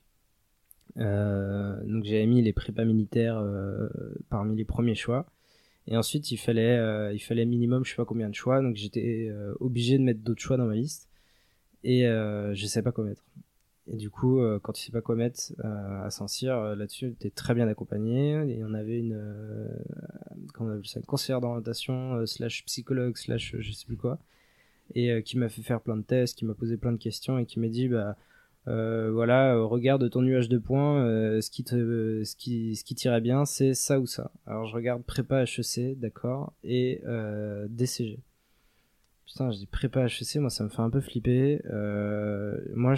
donc j'avais mis les prépas militaires parmi les premiers choix. Et ensuite, il fallait minimum, je sais pas combien de choix, donc j'étais obligé de mettre d'autres choix dans ma liste. Et je sais pas quoi mettre. Et du coup, quand tu sais pas quoi mettre à Saint-Cyr, là-dessus, t'es très bien accompagné. Et on avait comment on appelle ça, une conseillère d'orientation slash psychologue slash je sais plus quoi, et qui m'a fait faire plein de tests, qui m'a posé plein de questions et qui m'a dit, voilà, regarde ton nuage de points, ce qui t'irait bien, c'est ça ou ça. Alors je regarde prépa HEC, d'accord, et DCG. Putain, je dis prépa HEC, moi ça me fait un peu flipper. Moi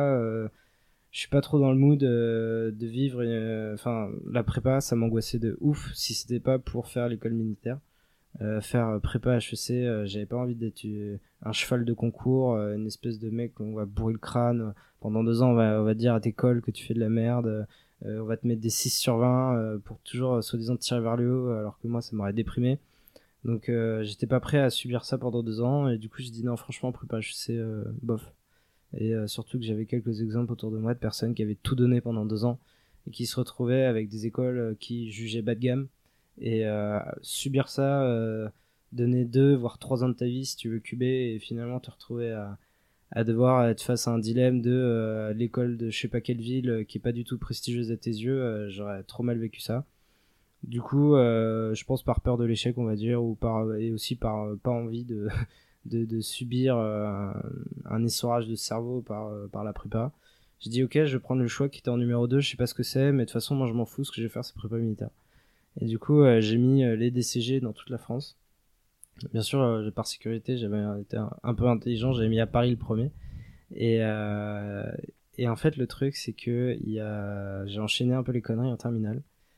je suis pas trop dans le mood de vivre. Enfin, la prépa, ça m'angoissait de ouf si c'était pas pour faire l'école militaire. Faire prépa HEC, j'avais pas envie d'être un cheval de concours, une espèce de mec qu'on va bourrer le crâne. Pendant 2 ans, on va te dire à tes cols que tu fais de la merde. On va te mettre des 6 sur 20 pour toujours, soi-disant, te tirer vers le haut, alors que moi, ça m'aurait déprimé. Donc, j'étais pas prêt à subir ça pendant 2 ans. Et du coup, j'ai dit non, franchement, prépa HEC, bof. Et surtout que j'avais quelques exemples autour de moi de personnes qui avaient tout donné pendant 2 ans et qui se retrouvaient avec des écoles qui jugeaient bas de gamme. Et subir ça, donner 2 voire 3 ans de ta vie si tu veux cuber et finalement te retrouver à devoir être face à un dilemme de l'école de je sais pas quelle ville qui est pas du tout prestigieuse à tes yeux, j'aurais trop mal vécu ça. Du coup, je pense par peur de l'échec, on va dire, et aussi par pas envie de subir un essorage de cerveau par la prépa. J'ai dit ok, je vais prendre le choix qui était en numéro 2, je sais pas ce que c'est, mais de toute façon moi je m'en fous, ce que je vais faire c'est prépa militaire. Et du coup, j'ai mis les DCG dans toute la France. Bien sûr, par sécurité, j'avais été un peu intelligent, j'avais mis à Paris le premier. Et, euh, et en fait, le truc, c'est que j'ai enchaîné un peu les conneries en terminale.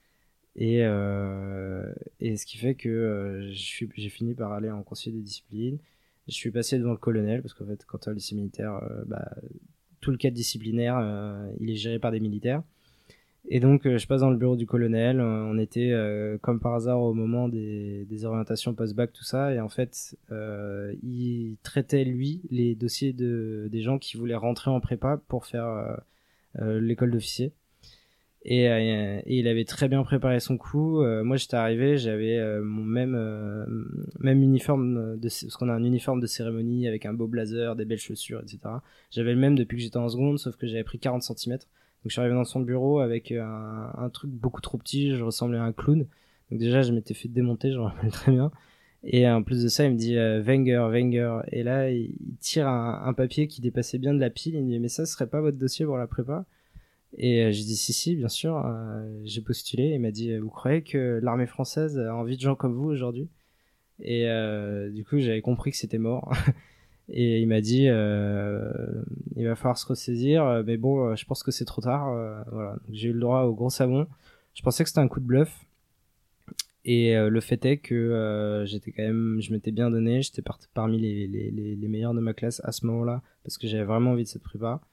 Et ce qui fait que j'ai fini par aller en conseiller des disciplines. Je suis passé devant le colonel, parce qu'en fait, quand tu es au lycée militaire, tout le cadre disciplinaire, il est géré par des militaires. Et donc, je passe dans le bureau du colonel. On était, comme par hasard, au moment des orientations post-bac, tout ça. Et en fait, il traitait, lui, les dossiers des gens qui voulaient rentrer en prépa pour faire l'école d'officier. Et il avait très bien préparé son coup. Moi, j'étais arrivé, j'avais mon même uniforme, parce qu'on a un uniforme de cérémonie avec un beau blazer, des belles chaussures, etc. J'avais le même depuis que j'étais en seconde, sauf que j'avais pris 40 centimètres. Donc je suis arrivé dans son bureau avec un truc beaucoup trop petit, je ressemblais à un clown. Donc déjà je m'étais fait démonter, je me rappelle très bien. Et en plus de ça il me dit Wenger, Wenger. Et là il tire un papier qui dépassait bien de la pile, il me dit mais ça ce serait pas votre dossier pour la prépa? Et j'ai dit si bien sûr, j'ai postulé. Il m'a dit vous croyez que l'armée française a envie de gens comme vous aujourd'hui? Et du coup j'avais compris que c'était mort. Et il m'a dit il va falloir se ressaisir, mais bon je pense que c'est trop tard. Voilà. Donc, j'ai eu le droit au gros savon. Je pensais que c'était un coup de bluff, et le fait est que je m'étais bien donné, j'étais parmi les meilleurs de ma classe à ce moment-là parce que j'avais vraiment envie de cette prépa.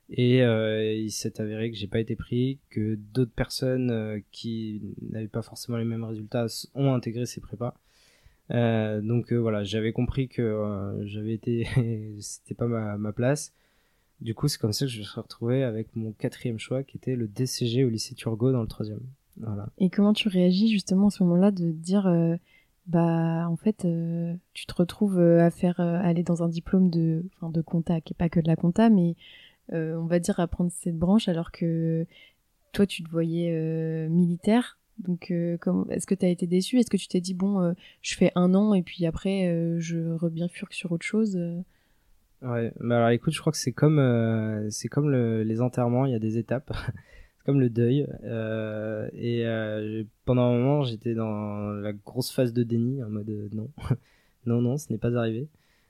Et il s'est avéré que j'ai pas été pris, que d'autres personnes qui n'avaient pas forcément les mêmes résultats ont intégré ces prépas. Donc voilà, j'avais compris que j'avais été, c'était pas ma place. Du coup, c'est comme ça que je me suis retrouvé avec mon 4e choix, qui était le DCG au lycée Turgot dans le 3e. Voilà. Et comment tu réagis justement à ce moment-là de dire, bah en fait, tu te retrouves à faire aller dans un diplôme de compta, qui est pas que de la compta, mais on va dire apprendre cette branche alors que toi tu te voyais militaire. Donc est-ce que tu as été déçu? Est-ce que tu t'es dit bon, je fais 1 an et puis après je rebifurque sur autre chose Ouais, bah alors écoute, je crois que c'est comme les enterrements, il y a des étapes. C'est comme le deuil. Pendant un moment, j'étais dans la grosse phase de déni, en mode non, non, non, ce n'est pas arrivé.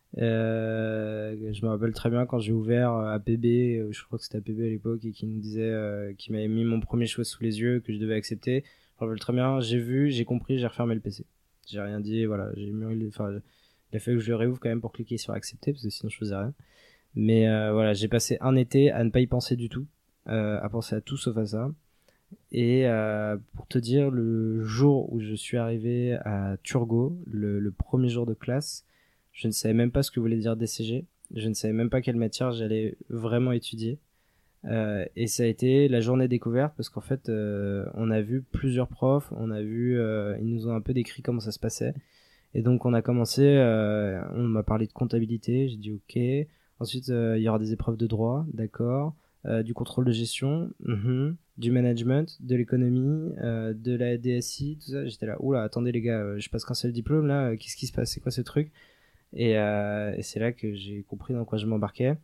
Je me rappelle très bien quand j'ai ouvert APB, je crois que c'était APB à l'époque, et qui nous disait, qui m'avait mis mon premier choix sous les yeux, que je devais accepter. Je me rappelle très bien, j'ai vu, j'ai compris, j'ai refermé le PC. J'ai rien dit, voilà, j'ai mûri, enfin, il a fallu que je le réouvre quand même pour cliquer sur accepter, parce que sinon je faisais rien. Mais voilà, j'ai passé un été à ne pas y penser du tout, à penser à tout sauf à ça. Et pour te dire, le jour où je suis arrivé à Turgot, le premier jour de classe, je ne savais même pas ce que voulait dire DCG. Je ne savais même pas quelle matière j'allais vraiment étudier. Et ça a été la journée découverte parce qu'en fait, on a vu plusieurs profs, ils nous ont un peu décrit comment ça se passait. Et donc on a commencé, on m'a parlé de comptabilité, j'ai dit ok. Ensuite, il y aura des épreuves de droit, d'accord. Du contrôle de gestion, du management, de l'économie, de la DSI, tout ça. J'étais là, oula, attendez les gars, je passe qu'un seul diplôme là, qu'est-ce qui se passe, c'est quoi ce truc? Et c'est là que j'ai compris dans quoi je m'embarquais.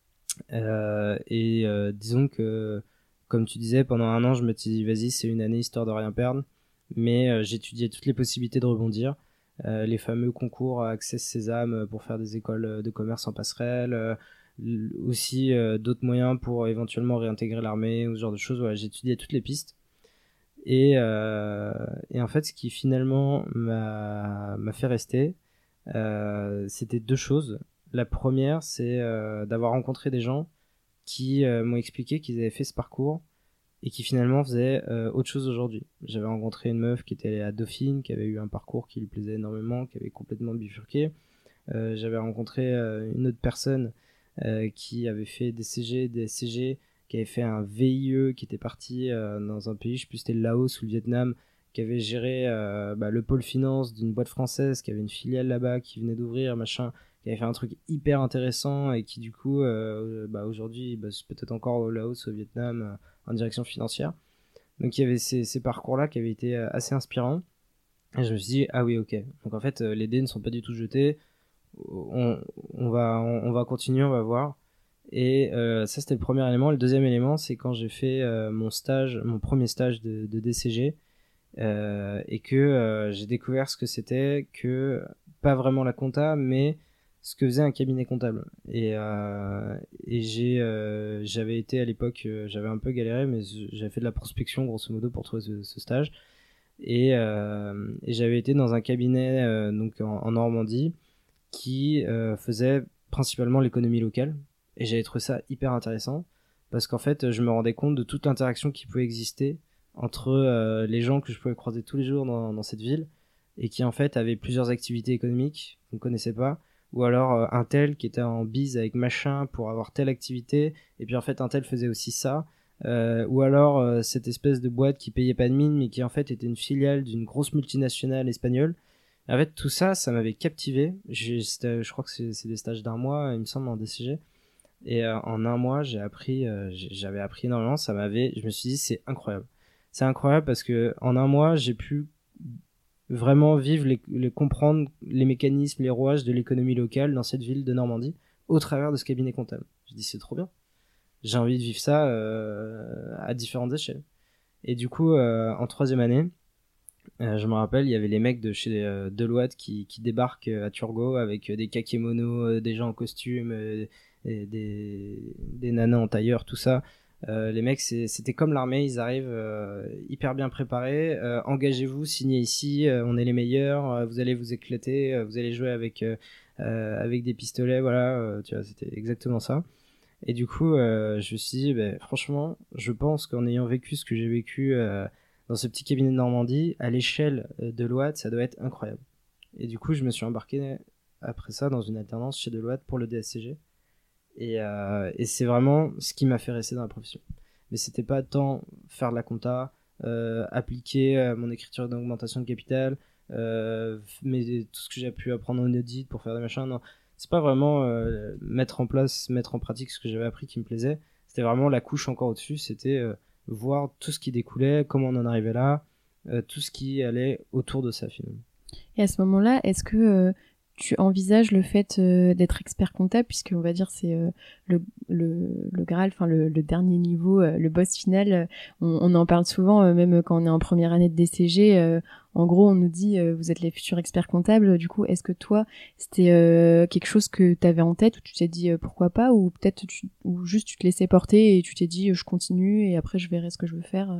Disons que, comme tu disais, pendant un an, je me suis dit, vas-y, c'est une année histoire de rien perdre. Mais j'étudiais toutes les possibilités de rebondir. Les fameux concours Access Sésame pour faire des écoles de commerce en passerelle. Aussi d'autres moyens pour éventuellement réintégrer l'armée ou ce genre de choses. Voilà, j'étudiais toutes les pistes. Et en fait, ce qui finalement m'a fait rester, c'était 2 choses. La première, c'est d'avoir rencontré des gens qui m'ont expliqué qu'ils avaient fait ce parcours et qui finalement faisaient autre chose aujourd'hui. J'avais rencontré une meuf qui était allée à Dauphine, qui avait eu un parcours qui lui plaisait énormément, qui avait complètement bifurqué. J'avais rencontré une autre personne qui avait fait des CG, des SCG, qui avait fait un VIE, qui était parti dans un pays, je sais plus si c'était le Laos ou le Vietnam, qui avait géré le pôle finance d'une boîte française, qui avait une filiale là-bas, qui venait d'ouvrir, machin, qui avait fait un truc hyper intéressant et qui du coup aujourd'hui c'est peut-être encore au Laos, au Vietnam, en direction financière. Donc il y avait ces parcours-là qui avaient été assez inspirants. Et je me suis dit, ah oui, ok. Donc en fait, les dés ne sont pas du tout jetés. On va continuer, on va voir. Et ça, c'était le premier élément. Le deuxième élément, c'est quand j'ai fait mon premier stage de DCG, et que j'ai découvert ce que c'était que, pas vraiment la compta, mais ce que faisait un cabinet comptable. J'avais été à l'époque, j'avais un peu galéré, mais j'avais fait de la prospection grosso modo pour trouver ce stage. Et j'avais été dans un cabinet donc en Normandie qui faisait principalement l'économie locale. Et j'avais trouvé ça hyper intéressant parce qu'en fait, je me rendais compte de toute l'interaction qui pouvait exister entre les gens que je pouvais croiser tous les jours dans cette ville et qui en fait avaient plusieurs activités économiques qu'on ne connaissait pas, ou alors un tel qui était en bise avec machin pour avoir telle activité, et puis en fait un tel faisait aussi ça, ou alors cette espèce de boîte qui payait pas de mine mais qui en fait était une filiale d'une grosse multinationale espagnole. En fait, tout ça, ça m'avait captivé. Je crois que c'est des stages d'1 mois, il me semble, en DCG. Et en 1 mois, j'avais appris énormément. Je me suis dit, c'est incroyable. C'est incroyable parce que en 1 mois, j'ai pu vraiment vivre, comprendre les mécanismes, les rouages de l'économie locale dans cette ville de Normandie au travers de ce cabinet comptable. Je dis, c'est trop bien. J'ai envie de vivre ça à différentes échelles. Et du coup, en 3e année, je me rappelle, il y avait les mecs de chez Deloitte qui débarquent à Turgot avec des kakémonos, des gens en costume, des nanas en tailleur, tout ça. Les mecs, c'était comme l'armée, ils arrivent hyper bien préparés. Engagez-vous, signez ici, on est les meilleurs, vous allez vous éclater, vous allez jouer avec des pistolets, voilà, tu vois, c'était exactement ça. Et du coup, je me suis dit, franchement, je pense qu'en ayant vécu ce que j'ai vécu dans ce petit cabinet de Normandie, à l'échelle de Deloitte, ça doit être incroyable. Et du coup, je me suis embarqué après ça dans une alternance chez Deloitte pour le DSCG. Et c'est vraiment ce qui m'a fait rester dans la profession. Mais c'était pas tant faire de la compta, appliquer mon écriture d'augmentation de capital, mais tout ce que j'ai pu apprendre en audit pour faire des machins. Non, c'est pas vraiment mettre en pratique ce que j'avais appris qui me plaisait. C'était vraiment la couche encore au-dessus. C'était voir tout ce qui découlait, comment on en arrivait là, tout ce qui allait autour de ça finalement. Et à ce moment-là, est-ce que tu envisages le fait d'être expert comptable, puisque on va dire c'est le Graal, enfin le dernier niveau, le boss final. On en parle souvent, même quand on est en première année de DCG. En gros, on nous dit vous êtes les futurs experts comptables. Du coup, est-ce que toi, c'était quelque chose que tu avais en tête, ou tu t'es dit pourquoi pas, ou peut-être ou juste tu te laissais porter et tu t'es dit je continue et après je verrai ce que je veux faire.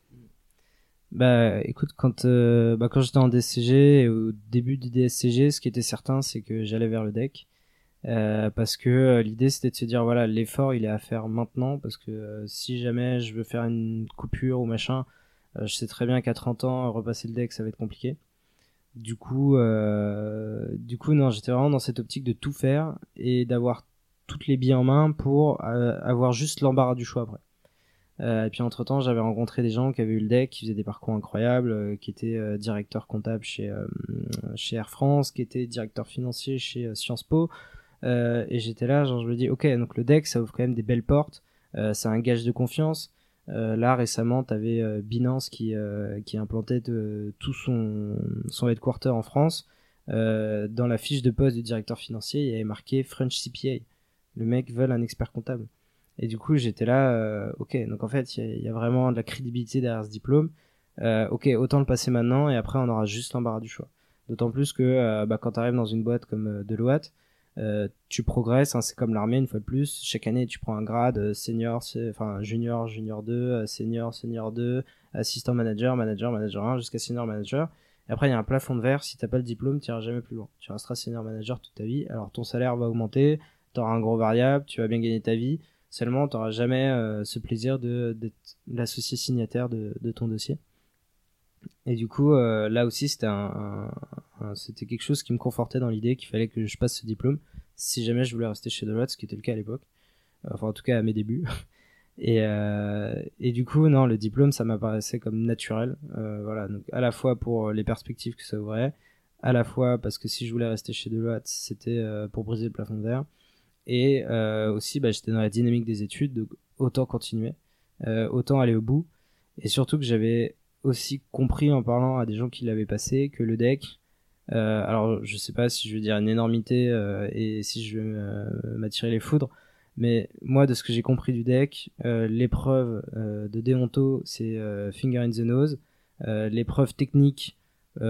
Bah écoute, quand j'étais en DSCG et au début du DSCG, ce qui était certain, c'est que j'allais vers le deck. Parce que l'idée c'était de se dire voilà, l'effort il est à faire maintenant, parce que si jamais je veux faire une coupure ou machin, je sais très bien qu'à 30 ans repasser le deck ça va être compliqué. Du coup non, j'étais vraiment dans cette optique de tout faire et d'avoir toutes les billes en main pour avoir juste l'embarras du choix après. Et puis entre temps j'avais rencontré des gens qui avaient eu le deck, qui faisaient des parcours incroyables, qui étaient directeur comptable chez Air France, qui étaient directeur financier chez Sciences Po. Et j'étais là, genre je me dis ok, donc le deck ça ouvre quand même des belles portes, c'est un gage de confiance. Là récemment t'avais Binance qui implantait tout son headquarter en France. Dans la fiche de poste du directeur financier il y avait marqué French CPA, le mec veut un expert comptable. Et du coup j'étais là, ok, donc en fait il y a vraiment de la crédibilité derrière ce diplôme. Ok, autant le passer maintenant et après on aura juste l'embarras du choix. D'autant plus que quand tu arrives dans une boîte comme Deloitte, tu progresses, hein, c'est comme l'armée une fois de plus. Chaque année, tu prends un grade senior, enfin junior, junior 2, senior, senior 2, assistant manager, manager, manager 1, jusqu'à senior manager. Et après, il y a un plafond de verre. Si t'as pas le diplôme, tu iras jamais plus loin. Tu resteras senior manager toute ta vie. Alors ton salaire va augmenter, tu auras un gros variable, tu vas bien gagner ta vie. Seulement, tu n'auras jamais ce plaisir d'être l'associé signataire de ton dossier. Et du coup, là aussi, c'était quelque chose qui me confortait dans l'idée qu'il fallait que je passe ce diplôme si jamais je voulais rester chez Deloitte, ce qui était le cas à l'époque. Enfin, en tout cas, à mes débuts. Et du coup, non, le diplôme, ça m'apparaissait comme naturel. Voilà, donc à la fois pour les perspectives que ça ouvrait, à la fois parce que si je voulais rester chez Deloitte, c'était pour briser le plafond de verre. Et aussi, j'étais dans la dynamique des études, donc autant continuer, autant aller au bout. Et surtout que j'avais aussi compris en parlant à des gens qui l'avaient passé que le deck, alors je sais pas si je veux dire une énormité et si je vais m'attirer les foudres, mais moi de ce que j'ai compris du deck, l'épreuve de déonto c'est finger in the nose, l'épreuve technique,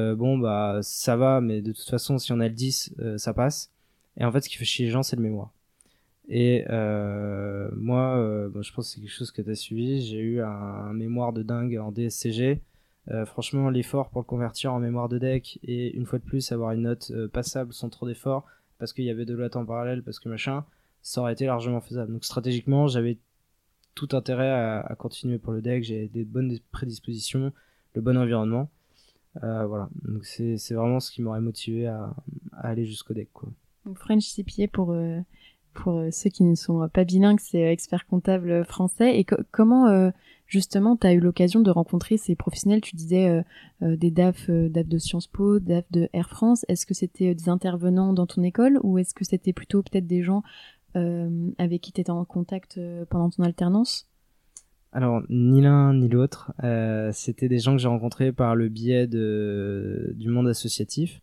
ça va, mais de toute façon si on a le 10 ça passe. Et en fait ce qui fait chier les gens c'est le mémoire. Et moi, je pense que c'est quelque chose que tu as suivi. J'ai eu un mémoire de dingue en DSCG. Franchement, l'effort pour le convertir en mémoire de deck et une fois de plus avoir une note passable sans trop d'effort, parce qu'il y avait de l'autre en parallèle, parce que machin, ça aurait été largement faisable. Donc stratégiquement, j'avais tout intérêt à continuer pour le deck. J'ai des bonnes prédispositions, le bon environnement. Voilà. Donc c'est vraiment ce qui m'aurait motivé à aller jusqu'au deck, quoi. Donc French CPA pour ceux qui ne sont pas bilingues, c'est expert comptable français. Et comment, justement, tu as eu l'occasion de rencontrer ces professionnels? Tu disais des DAF de Sciences Po, DAF de Air France. Est-ce que c'était des intervenants dans ton école, ou est-ce que c'était plutôt peut-être des gens avec qui tu étais en contact pendant ton alternance? Alors, ni l'un ni l'autre. C'était des gens que j'ai rencontrés par le biais du monde associatif.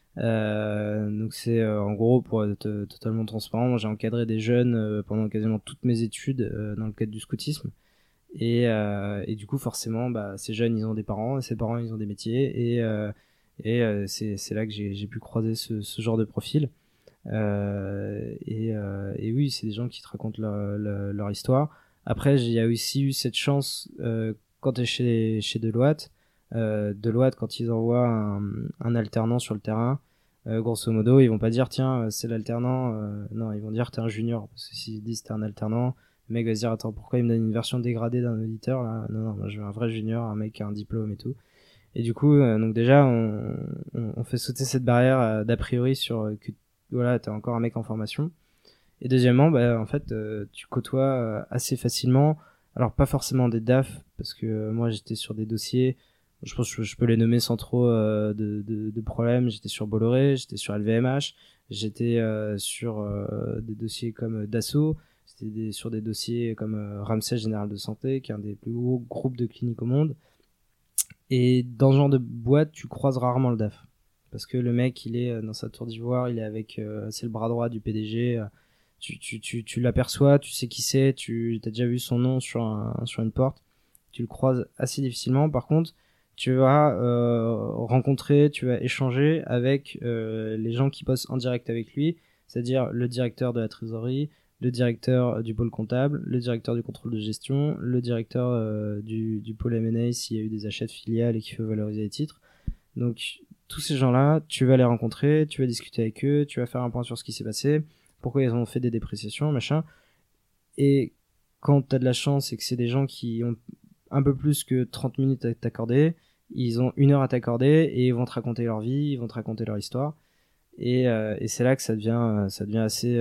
Donc c'est en gros, pour être totalement transparent, moi j'ai encadré des jeunes pendant quasiment toutes mes études dans le cadre du scoutisme. Et du coup forcément ces jeunes ils ont des parents, et ces parents ils ont des métiers, et c'est là que j'ai pu croiser ce genre de profil. Et oui, c'est des gens qui te racontent leur histoire. Après il y a aussi eu cette chance quand t'es chez Deloitte. Deloitte, quand ils envoient un alternant sur le terrain, Grosso modo, ils vont pas dire tiens c'est l'alternant, non, ils vont dire t'es un junior, parce que s'ils disent t'es un alternant, le mec va se dire attends pourquoi il me donne une version dégradée d'un auditeur là, non, moi je veux un vrai junior, un mec qui a un diplôme et tout. Et du coup donc déjà on fait sauter cette barrière d'a priori sur que voilà t'es encore un mec en formation. Et deuxièmement en fait tu côtoies assez facilement, alors pas forcément des DAF parce que moi j'étais sur des dossiers, je pense que je peux les nommer sans trop de problèmes. J'étais sur Bolloré, j'étais sur LVMH, j'étais sur des dossiers comme Dassault, sur des dossiers comme Ramsay Général de Santé, qui est un des plus gros groupes de cliniques au monde. Et dans ce genre de boîte, tu croises rarement le DAF. Parce que le mec, il est dans sa tour d'ivoire, il est avec, c'est le bras droit du PDG. Tu l'aperçois, tu sais qui c'est, tu as déjà vu son nom sur une porte. Tu le croises assez difficilement. Par contre, tu vas rencontrer, tu vas échanger avec les gens qui bossent en direct avec lui, c'est-à-dire le directeur de la trésorerie, le directeur du pôle comptable, le directeur du contrôle de gestion, le directeur du pôle M&A s'il y a eu des achats de filiales et qu'il faut valoriser les titres. Donc tous ces gens-là, tu vas les rencontrer, tu vas discuter avec eux, tu vas faire un point sur ce qui s'est passé, pourquoi ils ont fait des dépréciations, machin. Et quand tu as de la chance et que c'est des gens qui ont un peu plus que 30 minutes à t'accorder, ils ont 1 heure à t'accorder et ils vont te raconter leur vie, ils vont te raconter leur histoire. Et c'est là que ça devient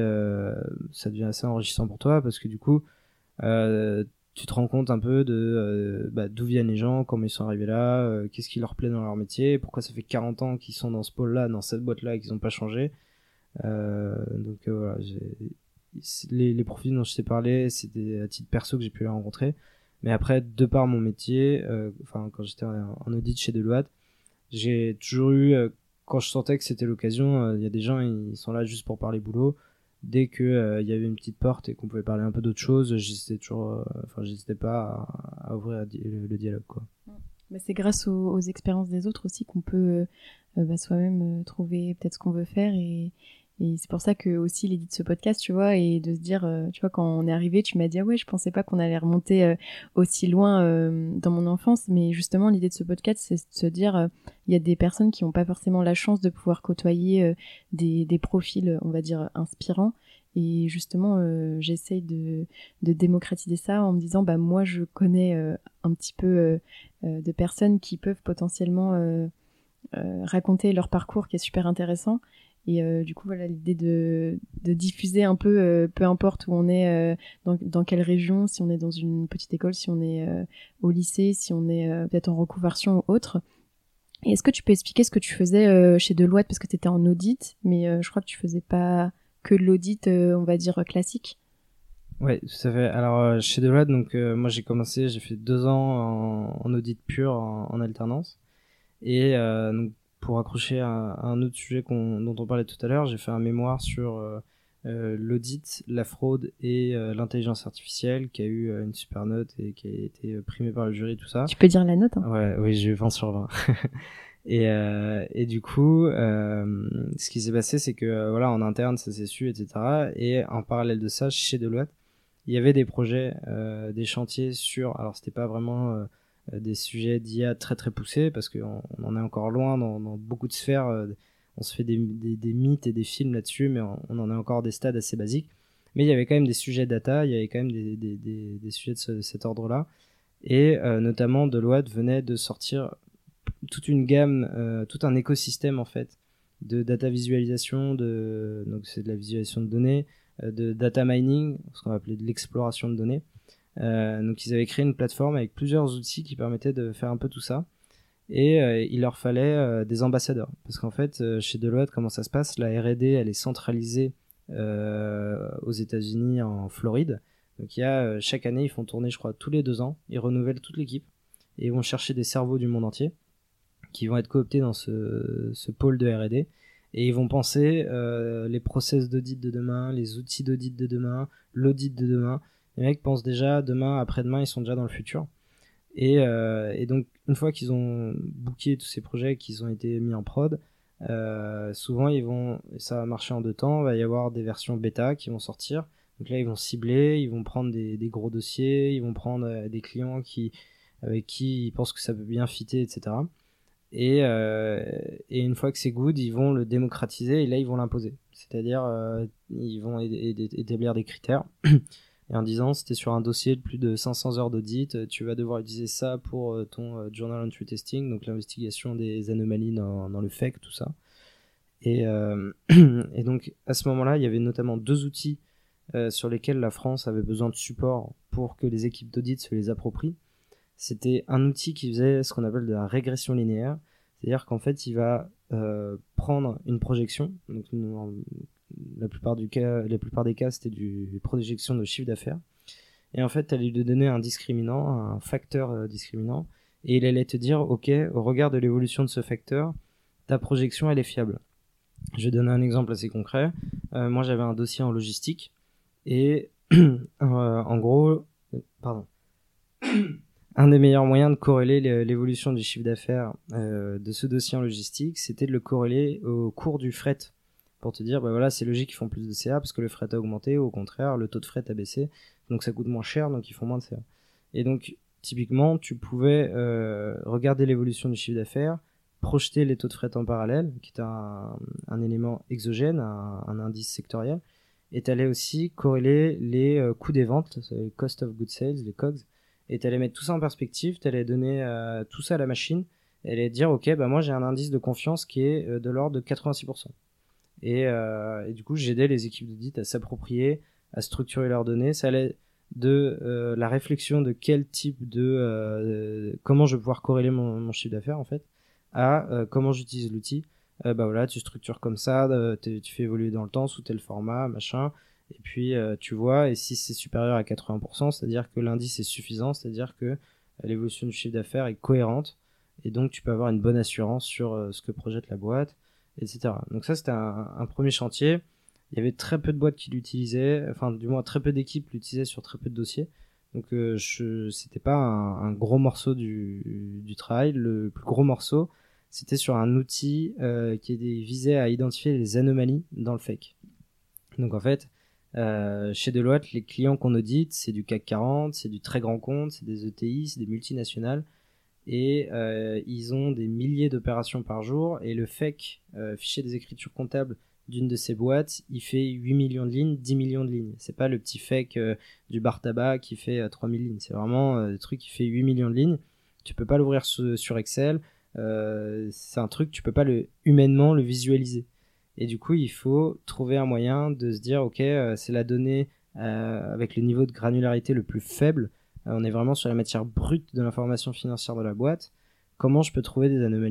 assez enrichissant pour toi parce que du coup, tu te rends compte un peu de d'où viennent les gens, comment ils sont arrivés là, qu'est-ce qui leur plaît dans leur métier, pourquoi ça fait 40 ans qu'ils sont dans ce pôle-là, dans cette boîte-là et qu'ils n'ont pas changé. Voilà, les profils dont je t'ai parlé, c'est des à titre perso que j'ai pu les rencontrer. Mais après, de par mon métier, quand j'étais en audit chez Deloitte, j'ai toujours eu, quand je sentais que c'était l'occasion, il y a des gens, ils sont là juste pour parler boulot. Dès que il y avait une petite porte et qu'on pouvait parler un peu d'autre chose, j'hésitais pas à ouvrir le dialogue, quoi. Mais c'est grâce aux expériences des autres aussi qu'on peut soi-même trouver peut-être ce qu'on veut faire et c'est pour ça que aussi l'idée de ce podcast, tu vois, et de se dire, tu vois, quand on est arrivé, tu m'as dit, ah ouais, je pensais pas qu'on allait remonter aussi loin dans mon enfance, mais justement, l'idée de ce podcast, c'est de se dire, il y a des personnes qui n'ont pas forcément la chance de pouvoir côtoyer des profils, on va dire, inspirants. Et justement, j'essaye de démocratiser ça en me disant, bah moi, je connais un petit peu de personnes qui peuvent potentiellement raconter leur parcours qui est super intéressant. Et du coup, voilà, l'idée de diffuser un peu, peu importe où on est, dans quelle région, si on est dans une petite école, si on est au lycée, si on est peut-être en reconversion ou autre. Et est-ce que tu peux expliquer ce que tu faisais chez Deloitte, parce que tu étais en audit, mais je crois que tu faisais pas que de l'audit, on va dire, classique. Ouais, tout à fait. Alors, chez Deloitte, donc, moi j'ai fait 2 ans en audit pur, en alternance. Et donc, pour accrocher à un autre sujet dont on parlait tout à l'heure, j'ai fait un mémoire sur l'audit, la fraude et l'intelligence artificielle, qui a eu une super note et qui a été primée par le jury, tout ça. Tu peux dire la note, hein. Ouais, oui, j'ai eu 20 sur 20. Et du coup, ce qui s'est passé, c'est que voilà, en interne, ça s'est su, etc. Et en parallèle de ça, chez Deloitte, il y avait des projets, des chantiers sur. Alors, c'était pas vraiment des sujets d'IA très très poussés parce qu'on en est encore loin dans beaucoup de sphères. On se fait des mythes et des films là-dessus, mais on en est encore à des stades assez basiques. Mais il y avait quand même des sujets data, il y avait quand même des sujets de cet ordre-là. Et notamment, Deloitte venait de sortir toute une gamme, tout un écosystème en fait de data visualisation, donc c'est de la visualisation de données, de data mining, ce qu'on va appeler de l'exploration de données. Donc ils avaient créé une plateforme avec plusieurs outils qui permettaient de faire un peu tout ça. Et il leur fallait des ambassadeurs. Parce qu'en fait, chez Deloitte, comment ça se passe? La R&D, elle est centralisée aux États-Unis, en Floride. Donc il y a chaque année, ils font tourner, je crois, tous les 2 ans. Ils renouvellent toute l'équipe et ils vont chercher des cerveaux du monde entier qui vont être cooptés dans ce pôle de R&D. Et ils vont penser les process d'audit de demain, les outils d'audit de demain, l'audit de demain. Les mecs pensent déjà demain, après-demain, ils sont déjà dans le futur. Et donc, une fois qu'ils ont booké tous ces projets, qu'ils ont été mis en prod, souvent, ça va marcher en 2 temps. Il va y avoir des versions bêta qui vont sortir. Donc là, ils vont cibler, ils vont prendre des gros dossiers, ils vont prendre des clients avec qui ils pensent que ça peut bien fitter, etc. Et une fois que c'est good, ils vont le démocratiser et là ils vont l'imposer. C'est-à-dire ils vont établir des critères et en disant c'était sur un dossier de plus de 500 heures d'audit, tu vas devoir utiliser ça pour ton journal entry testing, donc l'investigation des anomalies dans le FEC, tout ça. Et donc à ce moment-là, il y avait notamment 2 outils sur lesquels la France avait besoin de support pour que les équipes d'audit se les approprient. C'était un outil qui faisait ce qu'on appelle de la régression linéaire, c'est-à-dire qu'en fait, il va prendre une projection, donc la plupart des cas, c'était une projection de chiffre d'affaires, et en fait, tu allais lui donner un discriminant, un facteur discriminant, et il allait te dire, ok, au regard de l'évolution de ce facteur, ta projection, elle est fiable. Je vais donner un exemple assez concret. Moi, j'avais un dossier en logistique, et en gros, pardon. Un des meilleurs moyens de corréler l'évolution du chiffre d'affaires de ce dossier en logistique, c'était de le corréler au cours du fret. Pour te dire, bah voilà, c'est logique qu'ils font plus de CA parce que le fret a augmenté, ou au contraire, le taux de fret a baissé, donc ça coûte moins cher, donc ils font moins de CA. Et donc, typiquement, tu pouvais regarder l'évolution du chiffre d'affaires, projeter les taux de fret en parallèle, qui est un élément exogène, un indice sectoriel, et tu allais aussi corréler les coûts des ventes, les cost of goods sales, les COGS, et tu allais mettre tout ça en perspective, tu allais donner tout ça à la machine, et elle allait dire, ok, bah moi j'ai un indice de confiance qui est de l'ordre de 86%. Et du coup, j'aidais les équipes d'audit à s'approprier, à structurer leurs données. Ça allait de la réflexion de quel type comment je vais pouvoir corréler mon chiffre d'affaires, en fait, à comment j'utilise l'outil. Bah voilà, tu structures comme ça, tu fais évoluer dans le temps sous tel format, machin. Et puis tu vois, et si c'est supérieur à 80%, c'est-à-dire que l'indice est suffisant, c'est-à-dire que l'évolution du chiffre d'affaires est cohérente, et donc tu peux avoir une bonne assurance sur ce que projette la boîte, etc. Donc ça, c'était un premier chantier. Il y avait très peu de boîtes qui l'utilisaient, enfin du moins très peu d'équipes l'utilisaient sur très peu de dossiers. Donc c'était pas un gros morceau du travail. Le plus gros morceau, c'était sur un outil qui visait à identifier les anomalies dans le fake. Donc en fait, chez Deloitte, les clients qu'on audite, c'est du CAC 40, c'est du très grand compte, c'est des ETI, c'est des multinationales, et ils ont des milliers d'opérations par jour, et le FEC, fichier des écritures comptables d'une de ces boîtes, il fait 8 millions de lignes, 10 millions de lignes. C'est pas le petit FEC du bar tabac qui fait 3000 lignes, c'est vraiment le truc qui fait 8 millions de lignes. Tu peux pas l'ouvrir sur Excel, c'est un truc, tu peux pas humainement le visualiser. Et du coup, il faut trouver un moyen de se dire, ok, c'est la donnée avec le niveau de granularité le plus faible. On est vraiment sur la matière brute de l'information financière de la boîte. Comment je peux trouver des anomalies ?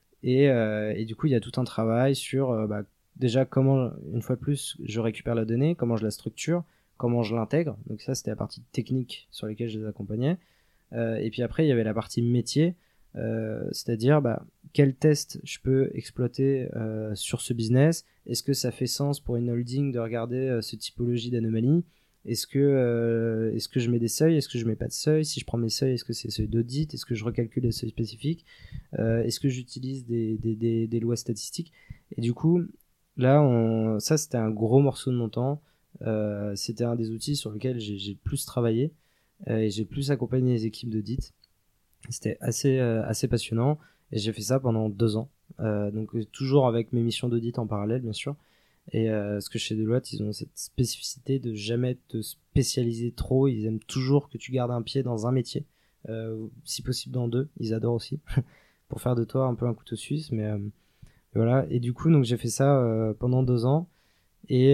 Et du coup, il y a tout un travail sur déjà comment, une fois de plus, je récupère la donnée, comment je la structure, comment je l'intègre. Donc ça, c'était la partie technique sur laquelle je les accompagnais. Et puis après, il y avait la partie métier, c'est-à-dire quel test je peux exploiter sur ce business. Est-ce que ça fait sens pour une holding de regarder ce typologie d'anomalie ? Est-ce que je mets des seuils ? Est-ce que je mets pas de seuil ? Si je prends mes seuils, est-ce que c'est des seuils d'audit ? Est-ce que je recalcule des seuils spécifiques ? Est-ce que j'utilise des lois statistiques ? Et du coup, là, ça c'était un gros morceau de mon temps. C'était un des outils sur lesquels j'ai le plus travaillé et j'ai le plus accompagné les équipes d'audit. C'était assez passionnant, et j'ai fait ça pendant 2 ans. Donc toujours avec mes missions d'audit en parallèle, bien sûr. Et parce que chez Deloitte, ils ont cette spécificité de jamais te spécialiser trop. Ils aiment toujours que tu gardes un pied dans un métier, si possible dans 2. Ils adorent aussi pour faire de toi un peu un couteau suisse. Mais voilà. Et du coup, donc j'ai fait ça pendant 2 ans. Et,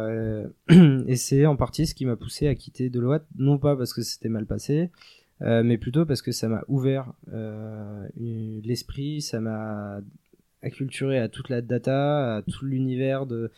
et c'est en partie ce qui m'a poussé à quitter Deloitte, non pas parce que c'était mal passé, mais plutôt parce que ça m'a ouvert l'esprit, ça m'a acculturé à toute la data, à tout l'univers de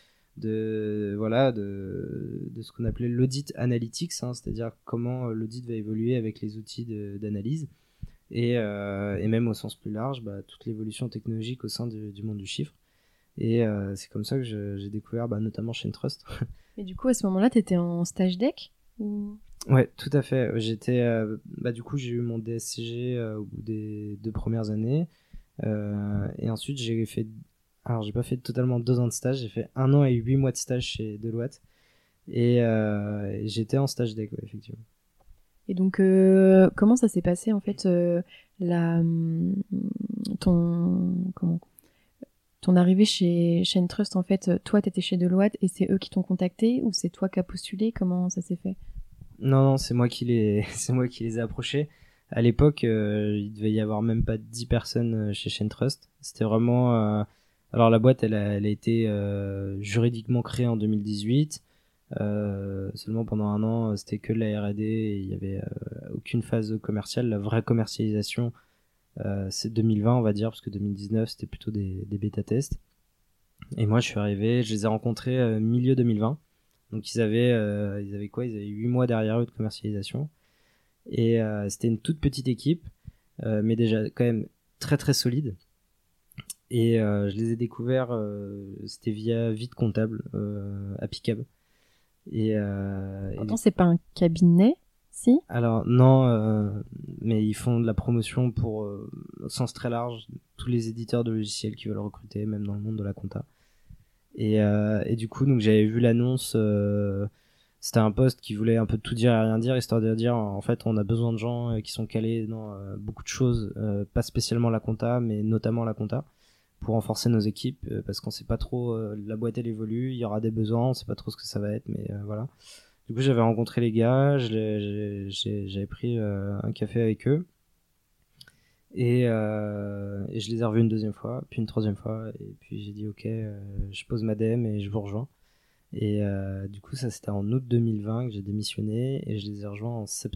ce qu'on appelait l'audit analytics, hein, c'est-à-dire comment l'audit va évoluer avec les outils d'analyse, et même au sens plus large, toute l'évolution technologique au sein du monde du chiffre. Et c'est comme ça que j'ai découvert notamment chez Trust. Et du coup, à ce moment-là, tu étais en stage deck ou... Ouais, tout à fait. J'étais, du coup, j'ai eu mon DSCG au bout des 2 premières années. Et ensuite, alors j'ai pas fait totalement 2 ans de stage, j'ai fait 1 an et 8 mois de stage chez Deloitte. Et j'étais en stage deck, ouais, effectivement. Et donc, comment ça s'est passé en fait la ton comment ton arrivée chez Trust en fait, toi t'étais chez Deloitte et c'est eux qui t'ont contacté ou c'est toi qui as postulé? Comment ça s'est fait? Non, non, c'est moi qui les, c'est moi qui les ai approchés. À l'époque, il devait y avoir même pas 10 personnes chez Chain Trust. C'était vraiment. Alors la boîte, elle a été juridiquement créée en 2018. Seulement pendant un an, c'était que de la R&D et il y avait aucune phase commerciale. La vraie commercialisation, c'est 2020, on va dire, parce que 2019, c'était plutôt des bêta-tests. Et moi, je suis arrivé, je les ai rencontrés milieu 2020. Donc ils avaient quoi? Ils avaient 8 mois derrière eux de commercialisation. Et c'était une toute petite équipe, mais déjà quand même très très solide. Et je les ai découverts, c'était via Vite Comptable, à Picab. Pourtant, c'est pas un cabinet, si? Alors non, mais ils font de la promotion pour, au sens très large, tous les éditeurs de logiciels qui veulent recruter, même dans le monde de la compta. Et du coup, donc j'avais vu l'annonce. C'était un poste qui voulait un peu tout dire et rien dire, histoire de dire en fait on a besoin de gens qui sont calés dans beaucoup de choses, pas spécialement la compta, mais notamment la compta, pour renforcer nos équipes, parce qu'on sait pas trop, la boîte elle évolue, il y aura des besoins, on sait pas trop ce que ça va être, mais voilà. Du coup j'avais rencontré les gars, j'avais pris un café avec eux, et je les ai revus une deuxième fois, puis une troisième fois, et puis j'ai dit ok, je pose ma DM et je vous rejoins. Et du coup, ça c'était en août 2020 que j'ai démissionné et je les ai rejoints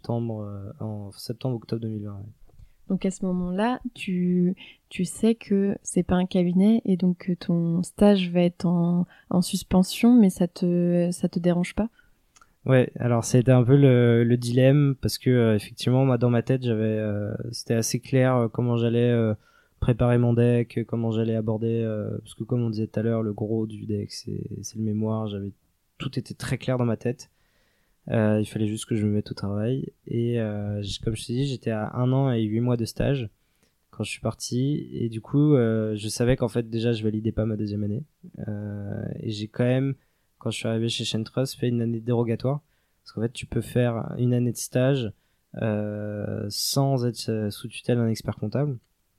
en septembre-octobre 2020. Ouais. Donc à ce moment-là, tu sais que c'est pas un cabinet et donc que ton stage va être en suspension, mais ça te dérange pas? Ouais, alors ça a été un peu le dilemme parce que effectivement, moi dans ma tête, c'était assez clair comment j'allais préparer mon deck, comment j'allais aborder, parce que comme on disait tout à l'heure, le gros du deck c'est le mémoire. Tout était très clair dans ma tête. Il fallait juste que je me mette au travail. Et comme je t'ai dit, j'étais à 1 an et 8 mois de stage quand je suis parti. Et du coup, je savais qu'en fait, déjà, je validais pas ma deuxième année. Et j'ai quand même, quand je suis arrivé chez Shentrust, fait une année dérogatoire. Parce qu'en fait, tu peux faire une année de stage sans être sous tutelle d'un expert comptable.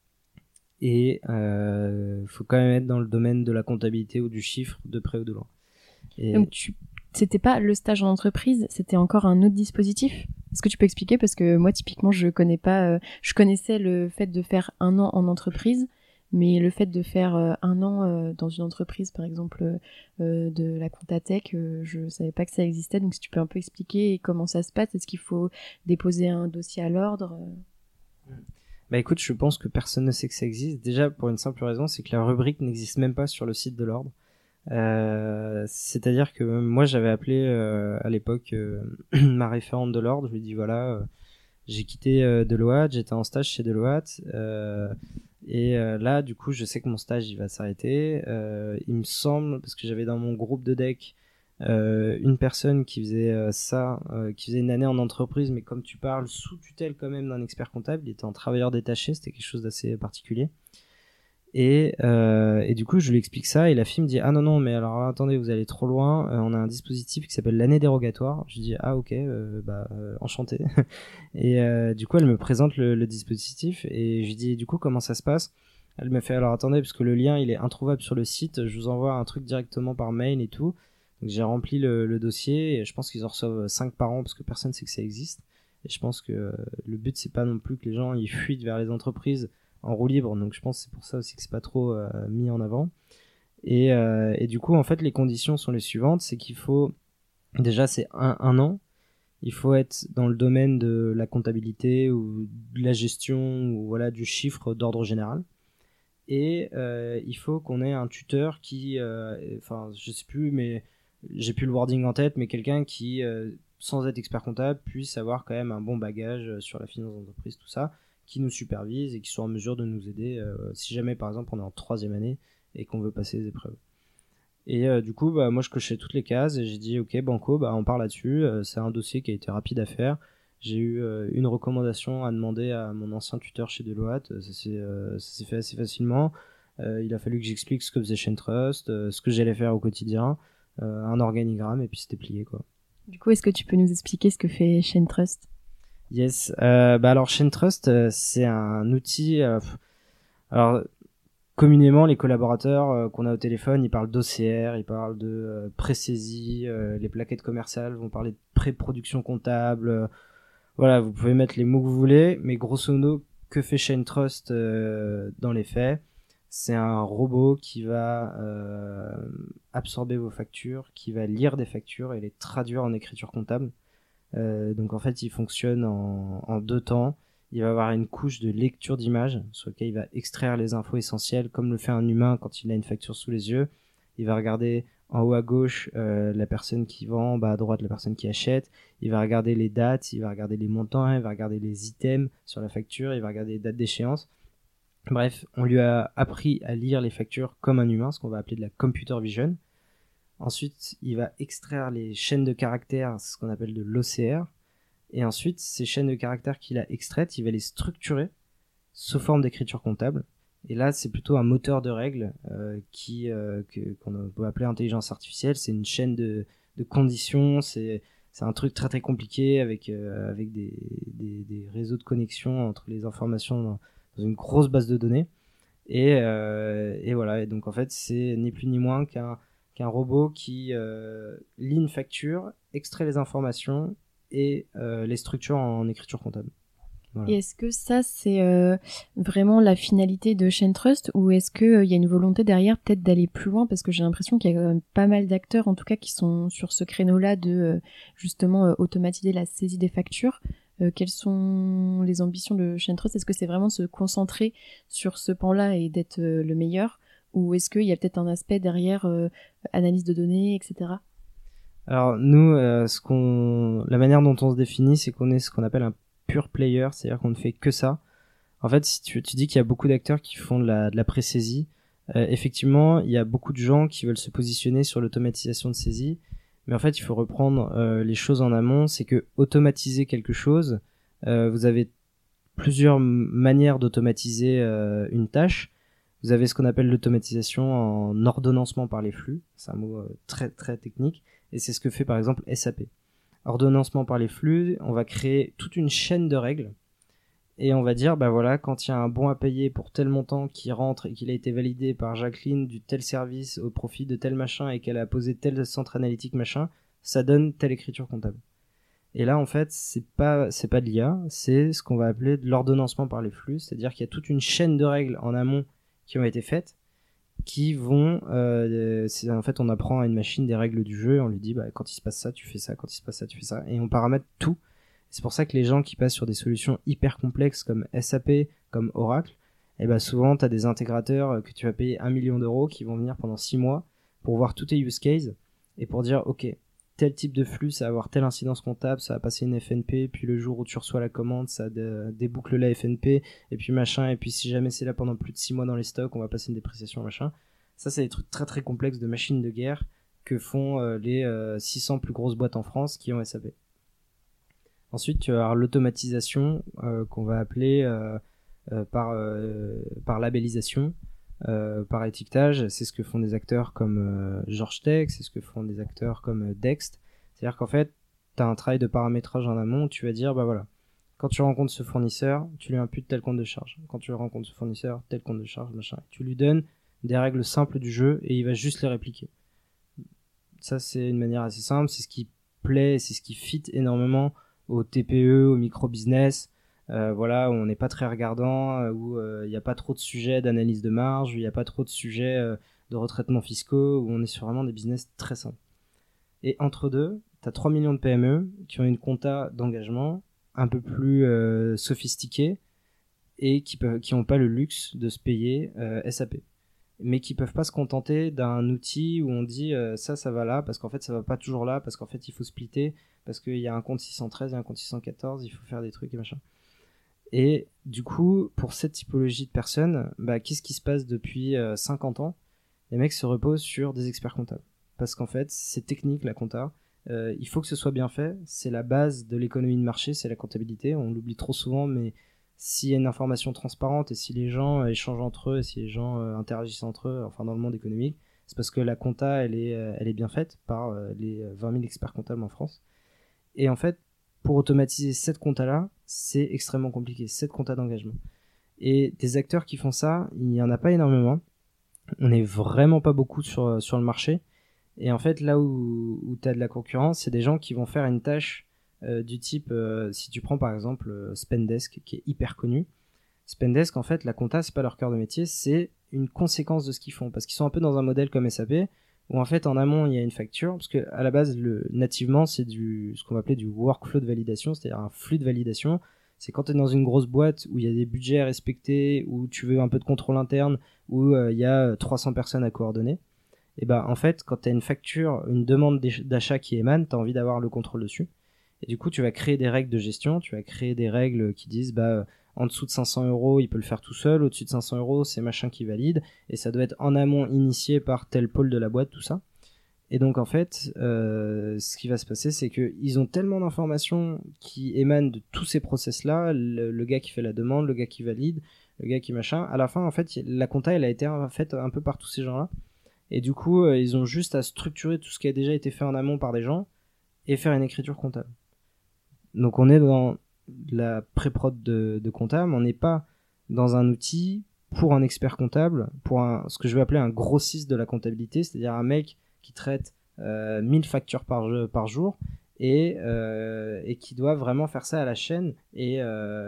Et faut quand même être dans le domaine de la comptabilité ou du chiffre de près ou de loin. Et Donc c'était pas le stage en entreprise, c'était encore un autre dispositif. Est-ce que tu peux expliquer? Parce que moi, typiquement, je connais pas. Je connaissais le fait de faire un an en entreprise, mais le fait de faire un an dans une entreprise, par exemple, de la Comptatech, je savais pas que ça existait. Donc, si tu peux un peu expliquer comment ça se passe, est-ce qu'il faut déposer un dossier à l'ordre? Bah écoute, je pense que personne ne sait que ça existe. Déjà, pour une simple raison, c'est que la rubrique n'existe même pas sur le site de l'ordre. C'est-à-dire que moi, j'avais appelé à l'époque ma référente de l'ordre. Je lui ai dit voilà, j'ai quitté Deloitte, j'étais en stage chez Deloitte. Et là, du coup, je sais que mon stage il va s'arrêter. Il me semble, parce que j'avais dans mon groupe de deck une personne qui faisait qui faisait une année en entreprise, mais comme tu parles, sous tutelle quand même d'un expert comptable. Il était en travailleur détaché, c'était quelque chose d'assez particulier. Et du coup, je lui explique ça et la fille me dit ah non non mais alors attendez, vous allez trop loin. On a un dispositif qui s'appelle l'année dérogatoire. Je lui dis ah ok, enchanté. Et du coup, elle me présente le dispositif et je lui dis du coup comment ça se passe. Elle me fait alors attendez parce que le lien il est introuvable sur le site. Je vous envoie un truc directement par mail et tout. Donc j'ai rempli le dossier et je pense qu'ils en reçoivent 5 par an parce que personne sait que ça existe. Et je pense que le but c'est pas non plus que les gens ils fuient vers les entreprises en roue libre, donc je pense que c'est pour ça aussi que c'est pas trop mis en avant. Et du coup, en fait, les conditions sont les suivantes, c'est qu'il faut, déjà c'est un an, il faut être dans le domaine de la comptabilité ou de la gestion ou voilà du chiffre d'ordre général. Et il faut qu'on ait un tuteur qui, enfin je sais plus, mais j'ai plus le wording en tête, mais quelqu'un qui, sans être expert comptable, puisse avoir quand même un bon bagage sur la finance d'entreprise, tout ça, qui nous supervise et qui soit en mesure de nous aider si jamais par exemple on est en troisième année et qu'on veut passer les épreuves. Et du coup, bah, moi je cochais toutes les cases et j'ai dit ok banco, bah, on part là-dessus. C'est un dossier qui a été rapide à faire. J'ai eu une recommandation à demander à mon ancien tuteur chez Deloitte. Ça s'est fait assez facilement. Il a fallu que j'explique ce que faisait Shentrust, ce que j'allais faire au quotidien, un organigramme et puis c'était plié quoi. Du coup, est-ce que tu peux nous expliquer ce que fait Shentrust? Yes. Alors Chaintrust, c'est un outil. Alors communément, les collaborateurs qu'on a au téléphone, ils parlent d'OCR, ils parlent de pré-saisie, les plaquettes commerciales vont parler de pré-production comptable. Voilà, vous pouvez mettre les mots que vous voulez, mais grosso modo, que fait Chaintrust dans les faits? C'est un robot qui va absorber vos factures, qui va lire des factures et les traduire en écriture comptable. Donc en fait, il fonctionne en deux temps. Il va avoir une couche de lecture d'image sur laquelle il va extraire les infos essentielles comme le fait un humain quand il a une facture sous les yeux. Il va regarder en haut à gauche la personne qui vend, en bas à droite la personne qui achète. Il va regarder les dates, il va regarder les montants, il va regarder les items sur la facture, il va regarder les dates d'échéance. Bref, on lui a appris à lire les factures comme un humain, ce qu'on va appeler de la computer vision. Ensuite, il va extraire les chaînes de caractères, ce qu'on appelle de l'OCR. Et ensuite, ces chaînes de caractères qu'il a extraites, il va les structurer sous forme d'écriture comptable. Et là, c'est plutôt un moteur de règles qu'on peut appeler intelligence artificielle. C'est une chaîne de conditions. C'est un truc très très compliqué avec des réseaux de connexion entre les informations dans une grosse base de données. Et voilà. Et donc en fait, c'est ni plus ni moins qu'un robot qui lit une facture, extrait les informations et les structures en écriture comptable. Voilà. Et est-ce que ça, c'est vraiment la finalité de Chaintrust ou est-ce qu'il y a une volonté derrière peut-être d'aller plus loin? Parce que j'ai l'impression qu'il y a quand même pas mal d'acteurs, en tout cas, qui sont sur ce créneau-là de justement automatiser la saisie des factures. Quelles sont les ambitions de Chaintrust? Est-ce que c'est vraiment de se concentrer sur ce pan-là et d'être le meilleur? Ou est-ce qu'il y a peut-être un aspect derrière analyse de données, etc.? Alors nous, la manière dont on se définit, c'est qu'on est ce qu'on appelle un pure player, c'est-à-dire qu'on ne fait que ça. En fait, si tu dis qu'il y a beaucoup d'acteurs qui font de la pré-saisie, effectivement, il y a beaucoup de gens qui veulent se positionner sur l'automatisation de saisie, mais en fait, il faut reprendre les choses en amont. C'est que automatiser quelque chose, vous avez plusieurs manières d'automatiser une tâche. Vous avez ce qu'on appelle l'automatisation en ordonnancement par les flux. C'est un mot très très technique. Et c'est ce que fait par exemple SAP. Ordonnancement par les flux, on va créer toute une chaîne de règles. Et on va dire, bah voilà, quand il y a un bon à payer pour tel montant qui rentre et qu'il a été validé par Jacqueline du tel service au profit de tel machin et qu'elle a posé tel centre analytique machin, ça donne telle écriture comptable. Et là, en fait, c'est pas de l'IA, c'est ce qu'on va appeler de l'ordonnancement par les flux, c'est-à-dire qu'il y a toute une chaîne de règles en amont qui ont été faites, qui vont, en fait, on apprend à une machine des règles du jeu, on lui dit, bah, quand il se passe ça, tu fais ça, quand il se passe ça, tu fais ça, et on paramètre tout. C'est pour ça que les gens qui passent sur des solutions hyper complexes comme SAP, comme Oracle, et bah, souvent, tu as des intégrateurs que tu vas payer 1 million d'euros qui vont venir pendant 6 mois pour voir tous tes use cases et pour dire, ok, tel type de flux, ça va avoir telle incidence comptable, ça va passer une FNP, puis le jour où tu reçois la commande, ça déboucle la FNP, et puis machin, et puis si jamais c'est là pendant plus de 6 mois dans les stocks, on va passer une dépréciation, machin. Ça, c'est des trucs très très complexes de machines de guerre que font les 600 plus grosses boîtes en France qui ont SAP. Ensuite, tu vas avoir l'automatisation qu'on va appeler par labellisation, par étiquetage. C'est ce que font des acteurs comme George Tech, c'est ce que font des acteurs comme Dext. C'est-à-dire qu'en fait, tu as un travail de paramétrage en amont où tu vas dire, bah voilà, quand tu rencontres ce fournisseur, tu lui imputes tel compte de charge. Quand tu rencontres ce fournisseur, tel compte de charge, machin. Tu lui donnes des règles simples du jeu et il va juste les répliquer. Ça, c'est une manière assez simple, c'est ce qui plaît, c'est ce qui fit énormément aux TPE, aux micro-business, voilà, où on n'est pas très regardant, où il n'y a pas trop de sujets d'analyse de marge, où il n'y a pas trop de sujets de retraitement fiscaux, où on est sur vraiment des business très simples. Et entre deux, tu as 3 millions de PME qui ont une compta d'engagement un peu plus sophistiquée et qui n'ont pas le luxe de se payer SAP. Mais qui peuvent pas se contenter d'un outil où on dit ça va là, parce qu'en fait ça va pas toujours là, parce qu'en fait il faut splitter, parce qu'il y a un compte 613 et un compte 614, il faut faire des trucs et machin. Et du coup, pour cette typologie de personnes, bah, qu'est-ce qui se passe depuis 50 ans? Les mecs se reposent sur des experts comptables. Parce qu'en fait, c'est technique la compta. Il faut que ce soit bien fait. C'est la base de l'économie de marché, c'est la comptabilité. On l'oublie trop souvent, mais s'il y a une information transparente et si les gens échangent entre eux et si les gens interagissent entre eux, enfin dans le monde économique, c'est parce que la compta, elle est bien faite par les 20 000 experts comptables en France. Et en fait, pour automatiser cette compta-là, c'est extrêmement compliqué, cette compta d'engagement. Et des acteurs qui font ça, il n'y en a pas énormément. On n'est vraiment pas beaucoup sur le marché. Et en fait, là où tu as de la concurrence, c'est des gens qui vont faire une tâche du type, si tu prends par exemple Spendesk, qui est hyper connu. Spendesk, en fait, la compta, c'est pas leur cœur de métier, c'est une conséquence de ce qu'ils font. Parce qu'ils sont un peu dans un modèle comme SAP, où en fait, en amont, il y a une facture. Parce que à la base, nativement, c'est ce qu'on va appeler du workflow de validation, c'est-à-dire un flux de validation. C'est quand tu es dans une grosse boîte où il y a des budgets à respecter, où tu veux un peu de contrôle interne, où il y a 300 personnes à coordonner. Et ben en fait, quand tu as une facture, une demande d'achat qui émane, tu as envie d'avoir le contrôle dessus. Et du coup, tu vas créer des règles de gestion, tu vas créer des règles qui disent en dessous de 500 €, il peut le faire tout seul, au-dessus de 500 €, c'est machin qui valide, et ça doit être en amont initié par tel pôle de la boîte, tout ça. Et donc en fait, ce qui va se passer, c'est qu'ils ont tellement d'informations qui émanent de tous ces process-là, le gars qui fait la demande, le gars qui valide, le gars qui machin. À la fin, en fait, la compta, elle a été faite un peu par tous ces gens-là. Et du coup, ils ont juste à structurer tout ce qui a déjà été fait en amont par des gens et faire une écriture comptable. Donc on est dans la pré-prod de compta, mais on n'est pas dans un outil pour un expert comptable, pour ce que je vais appeler un grossiste de la comptabilité, c'est-à-dire un mec qui traite 1000 factures par jour et qui doit vraiment faire ça à la chaîne. Et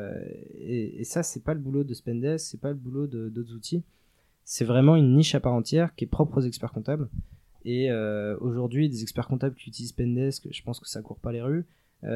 ça, c'est pas le boulot de Spendesk, c'est pas le boulot d'autres outils. C'est vraiment une niche à part entière qui est propre aux experts comptables. Et aujourd'hui, des experts comptables qui utilisent Spendesk, je pense que ça court pas les rues.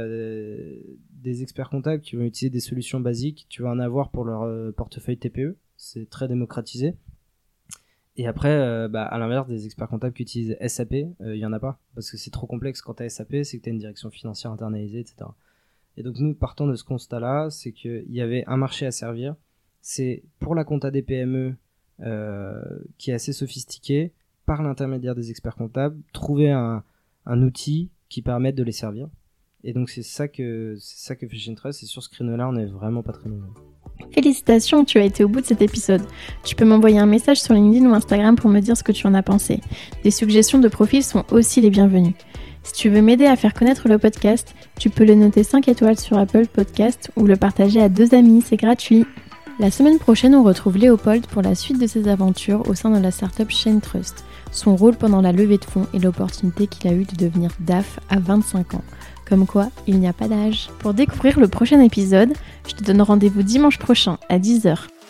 Des experts comptables qui vont utiliser des solutions basiques, tu vas en avoir pour leur portefeuille TPE. C'est très démocratisé. Et après, à l'inverse des experts comptables qui utilisent SAP, il y en a pas, parce que c'est trop complexe. Quand tu as SAP, c'est que tu as une direction financière internalisée, etc. Et donc nous, partons de ce constat-là, c'est qu'il y avait un marché à servir. C'est pour la compta des PME qui est assez sophistiquée, par l'intermédiaire des experts comptables, trouver un outil qui permette de les servir. Et donc c'est ça que fait Shintrust, et sur ce créneau-là, on est vraiment pas très nombreux. Félicitations, tu as été au bout de cet épisode. Tu peux m'envoyer un message sur LinkedIn ou Instagram pour me dire ce que tu en as pensé. Des suggestions de profils sont aussi les bienvenues. Si tu veux m'aider à faire connaître le podcast, tu peux le noter 5 étoiles sur Apple Podcast ou le partager à 2 amis, c'est gratuit. La semaine prochaine, on retrouve Léopold pour la suite de ses aventures au sein de la startup Shintrust, son rôle pendant la levée de fonds et l'opportunité qu'il a eue de devenir DAF à 25 ans. Comme quoi, il n'y a pas d'âge. Pour découvrir le prochain épisode, je te donne rendez-vous dimanche prochain à 10h.